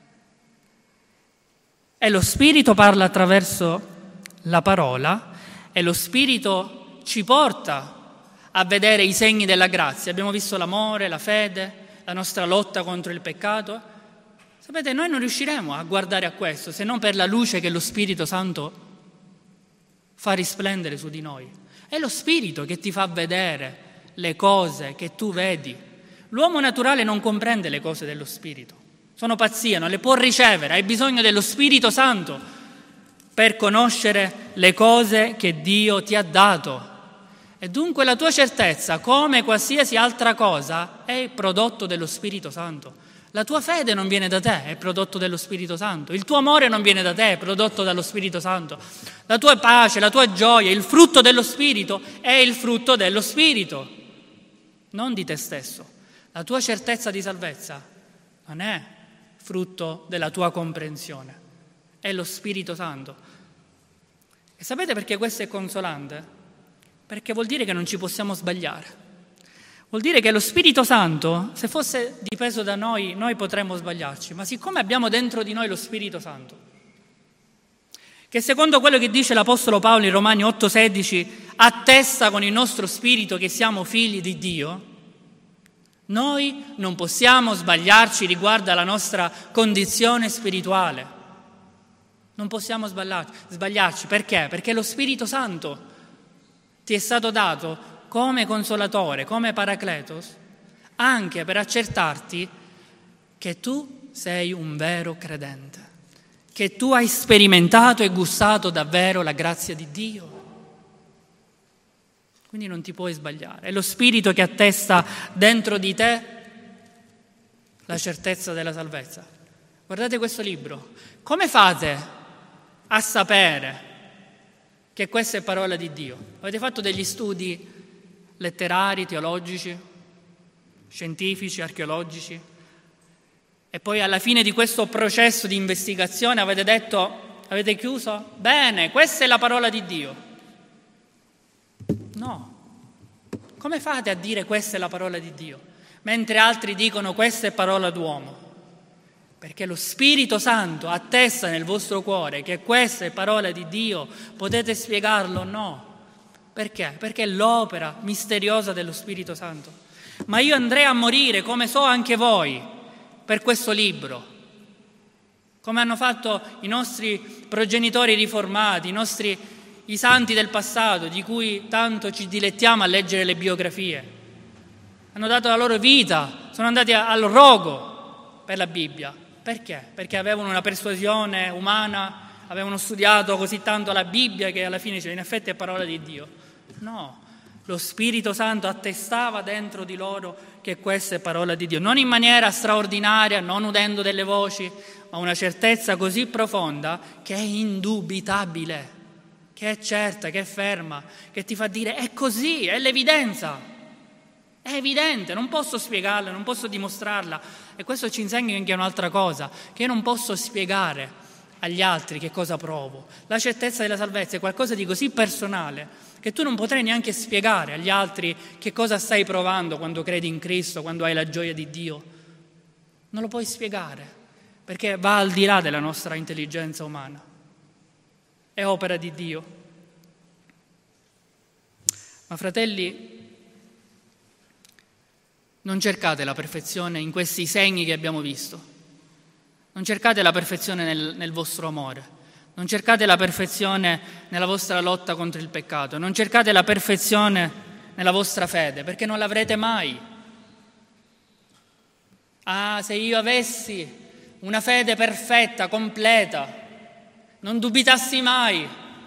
E lo Spirito parla attraverso la parola e lo Spirito ci porta a vedere i segni della grazia. Abbiamo visto l'amore, la fede, la nostra lotta contro il peccato. Sapete, noi non riusciremo a guardare a questo se non per la luce che lo Spirito Santo fa risplendere su di noi. È lo Spirito che ti fa vedere le cose che tu vedi. L'uomo naturale non comprende le cose dello Spirito. Sono pazzia, non le può ricevere. Hai bisogno dello Spirito Santo per conoscere le cose che Dio ti ha dato. E dunque la tua certezza, come qualsiasi altra cosa, è il prodotto dello Spirito Santo. La tua fede non viene da te, è prodotto dello Spirito Santo. Il tuo amore non viene da te, è prodotto dallo Spirito Santo. La tua pace, la tua gioia, il frutto dello Spirito è il frutto dello Spirito, non di te stesso. La tua certezza di salvezza non è frutto della tua comprensione, è lo Spirito Santo. E sapete perché questo è consolante? Perché vuol dire che non ci possiamo sbagliare. Vuol dire che lo Spirito Santo, se fosse dipeso da noi, noi potremmo sbagliarci, ma siccome abbiamo dentro di noi lo Spirito Santo, che secondo quello che dice l'Apostolo Paolo in Romani otto sedici attesta con il nostro spirito che siamo figli di Dio, noi non possiamo sbagliarci riguardo alla nostra condizione spirituale. Non possiamo sbagliarci. sbagliarci. Perché? Perché lo Spirito Santo ti è stato dato come consolatore, come paracletos, anche per accertarti che tu sei un vero credente, che tu hai sperimentato e gustato davvero la grazia di Dio. Quindi non ti puoi sbagliare. È lo Spirito che attesta dentro di te la certezza della salvezza. Guardate questo libro. Come fate a sapere che questa è parola di Dio? Avete fatto degli studi letterari, teologici, scientifici, archeologici, e poi alla fine di questo processo di investigazione avete detto, avete chiuso? Bene, questa è la parola di Dio. No. Come fate a dire questa è la parola di Dio? mentre altri dicono questa è parola d'uomo. Perché lo Spirito Santo attesta nel vostro cuore che questa è parola di Dio. Potete spiegarlo o no? Perché? Perché è l'opera misteriosa dello Spirito Santo. Ma io andrei a morire, come so anche voi, per questo libro. Come hanno fatto i nostri progenitori riformati, i nostri i santi del passato, di cui tanto ci dilettiamo a leggere le biografie. Hanno dato la loro vita, sono andati al rogo per la Bibbia. Perché? Perché avevano una persuasione umana, avevano studiato così tanto la Bibbia che alla fine dicevano in effetti è parola di Dio. No, lo Spirito Santo attestava dentro di loro che questa è parola di Dio, non in maniera straordinaria, non udendo delle voci, ma una certezza così profonda che è indubitabile, che è certa, che è ferma, che ti fa dire è così, è l'evidenza. È evidente, non posso spiegarla, non posso dimostrarla. E questo ci insegna anche un'altra cosa, che io non posso spiegare agli altri che cosa provo. La certezza della salvezza è qualcosa di così personale che tu non potrai neanche spiegare agli altri che cosa stai provando quando credi in Cristo, quando hai la gioia di Dio. Non lo puoi spiegare, perché va al di là della nostra intelligenza umana. È opera di Dio. Ma fratelli, non cercate la perfezione in questi segni che abbiamo visto. Non cercate la perfezione nel, nel vostro amore. Non cercate la perfezione nella vostra lotta contro il peccato. Non cercate la perfezione nella vostra fede, perché non l'avrete mai. Ah, se io avessi una fede perfetta, completa, non dubitassi mai,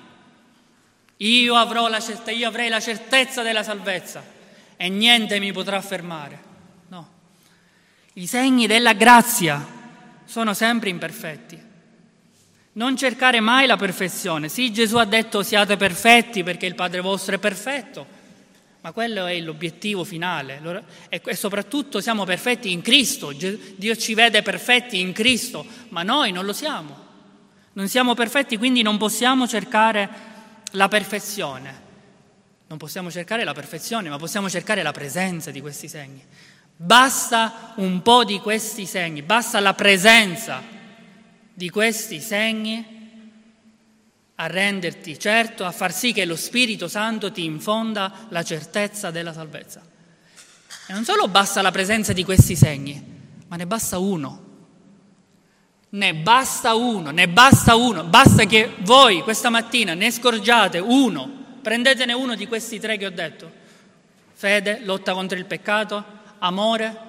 io avrò la certezza, io avrei la certezza della salvezza e niente mi potrà fermare. No. I segni della grazia sono sempre imperfetti. Non cercare mai la perfezione. Sì, Gesù ha detto siate perfetti perché il Padre vostro è perfetto, ma quello è l'obiettivo finale. E soprattutto siamo perfetti in Cristo. Dio ci vede perfetti in Cristo, ma noi non lo siamo. Non siamo perfetti, quindi non possiamo cercare la perfezione. Non possiamo cercare la perfezione, ma possiamo cercare la presenza di questi segni. Basta un po' di questi segni, basta la presenza di questi segni a renderti certo, a far sì che lo Spirito Santo ti infonda la certezza della salvezza. E non solo basta la presenza di questi segni, ma ne basta uno. Ne basta uno, ne basta uno. Basta che voi questa mattina ne scorgiate uno, prendetene uno di questi tre che ho detto. Fede, lotta contro il peccato, amore.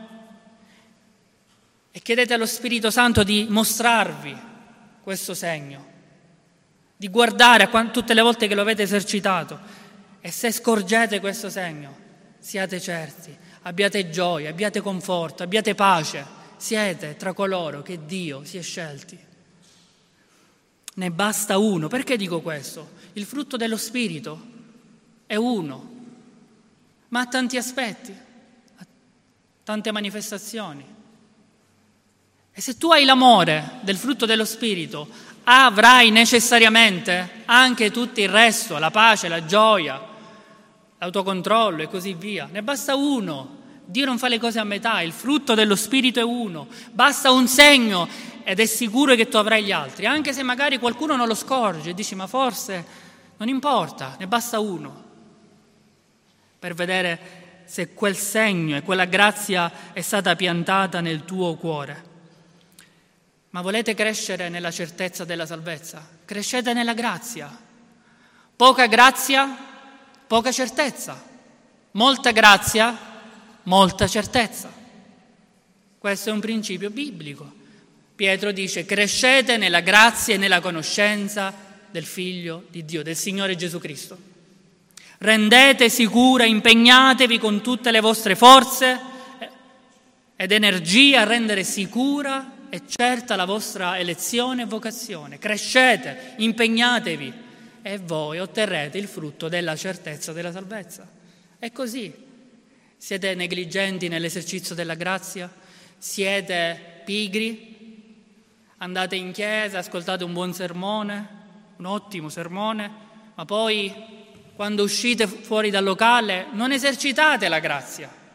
E chiedete allo Spirito Santo di mostrarvi questo segno, di guardare a tutte le volte che lo avete esercitato. E se scorgete questo segno, siate certi, abbiate gioia, abbiate conforto, abbiate pace, siete tra coloro che Dio si è scelti. Ne basta uno. Perché dico questo? Il frutto dello Spirito è uno, ma ha tanti aspetti, ha tante manifestazioni. E se tu hai l'amore del frutto dello Spirito, avrai necessariamente anche tutto il resto, la pace, la gioia, l'autocontrollo e così via. Ne basta uno. Dio non fa le cose a metà, il frutto dello Spirito è uno. Basta un segno ed è sicuro che tu avrai gli altri, anche se magari qualcuno non lo scorge e dici ma forse non importa, ne basta uno per vedere se quel segno e quella grazia è stata piantata nel tuo cuore. Ma volete crescere nella certezza della salvezza? Crescete nella grazia. Poca grazia, poca certezza. Molta grazia, molta certezza. Questo è un principio biblico. Pietro dice: crescete nella grazia e nella conoscenza del Figlio di Dio, del Signore Gesù Cristo. Rendete sicura, impegnatevi con tutte le vostre forze ed energia a rendere sicura è certa la vostra elezione e vocazione. Crescete, impegnatevi e voi otterrete il frutto della certezza della salvezza. È così. Siete negligenti nell'esercizio della grazia? Siete pigri? Andate in chiesa, ascoltate un buon sermone, un ottimo sermone, ma poi quando uscite fuori dal locale non esercitate la grazia.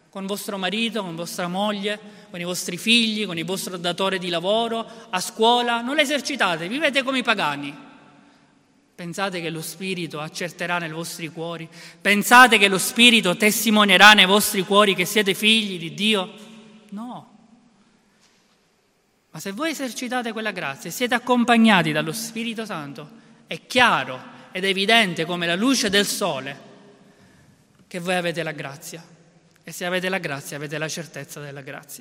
con vostro marito, con vostra moglie, con i vostri figli, con il vostro datore di lavoro, a scuola. Non l'esercitate, vivete come i pagani. Pensate che lo Spirito accerterà nei vostri cuori? Pensate che lo Spirito testimonierà nei vostri cuori che siete figli di Dio? No. Ma se voi esercitate quella grazia e siete accompagnati dallo Spirito Santo, è chiaro ed evidente come la luce del sole che voi avete la grazia. E se avete la grazia, avete la certezza della grazia.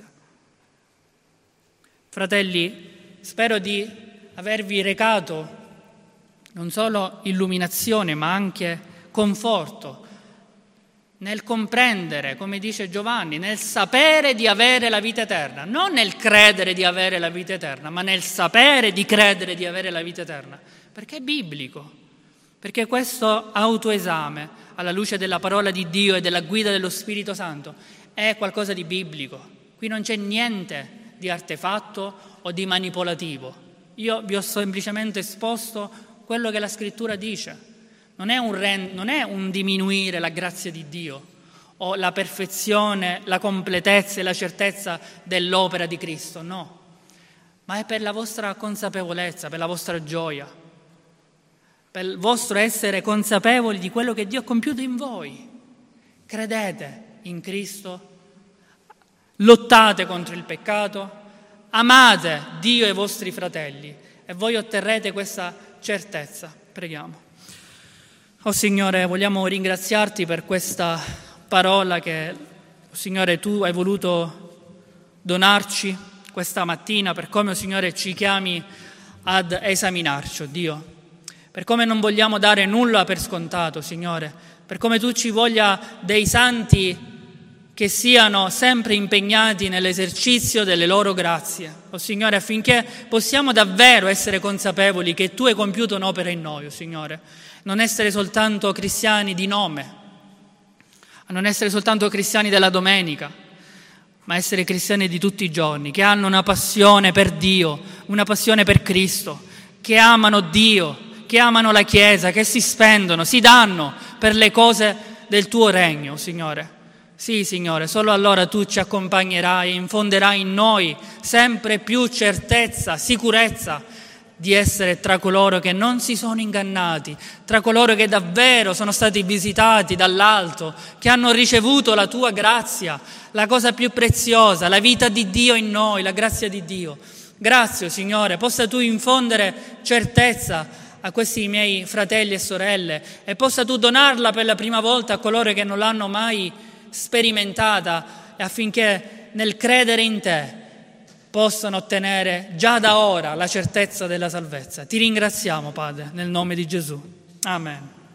Fratelli, spero di avervi recato non solo illuminazione, ma anche conforto nel comprendere, come dice Giovanni, nel sapere di avere la vita eterna, non nel credere di avere la vita eterna, ma nel sapere di credere di avere la vita eterna, perché è biblico, perché questo autoesame alla luce della parola di Dio e della guida dello Spirito Santo è qualcosa di biblico. Qui non c'è niente di artefatto o di manipolativo. Io vi ho semplicemente esposto quello che la Scrittura dice. Non è un, rend- non è un diminuire la grazia di Dio o la perfezione, la completezza e la certezza dell'opera di Cristo, no. Ma è per la vostra consapevolezza, per la vostra gioia, per il vostro essere consapevoli di quello che Dio ha compiuto in voi. Credete in Cristo, lottate contro il peccato, amate Dio e i vostri fratelli e voi otterrete questa certezza. Preghiamo. Oh Signore, vogliamo ringraziarti per questa parola che, oh Signore, Tu hai voluto donarci questa mattina, per come, oh Signore, ci chiami ad esaminarci, oh Dio, per come non vogliamo dare nulla per scontato, Signore, per come Tu ci voglia dei santi che siano sempre impegnati nell'esercizio delle loro grazie, oh Signore, affinché possiamo davvero essere consapevoli che Tu hai compiuto un'opera in noi, oh Signore, non essere soltanto cristiani di nome, non essere soltanto cristiani della domenica, ma essere cristiani di tutti i giorni, che hanno una passione per Dio, una passione per Cristo, che amano Dio, che amano la Chiesa, che si spendono, si danno per le cose del Tuo regno, oh Signore. Sì, Signore, solo allora Tu ci accompagnerai e infonderai in noi sempre più certezza, sicurezza di essere tra coloro che non si sono ingannati, tra coloro che davvero sono stati visitati dall'alto, che hanno ricevuto la Tua grazia, la cosa più preziosa, la vita di Dio in noi, la grazia di Dio. Grazie, Signore, possa Tu infondere certezza a questi miei fratelli e sorelle e possa Tu donarla per la prima volta a coloro che non l'hanno mai sperimentata, affinché nel credere in Te possano ottenere già da ora la certezza della salvezza. Ti ringraziamo, Padre, nel nome di Gesù. Amen.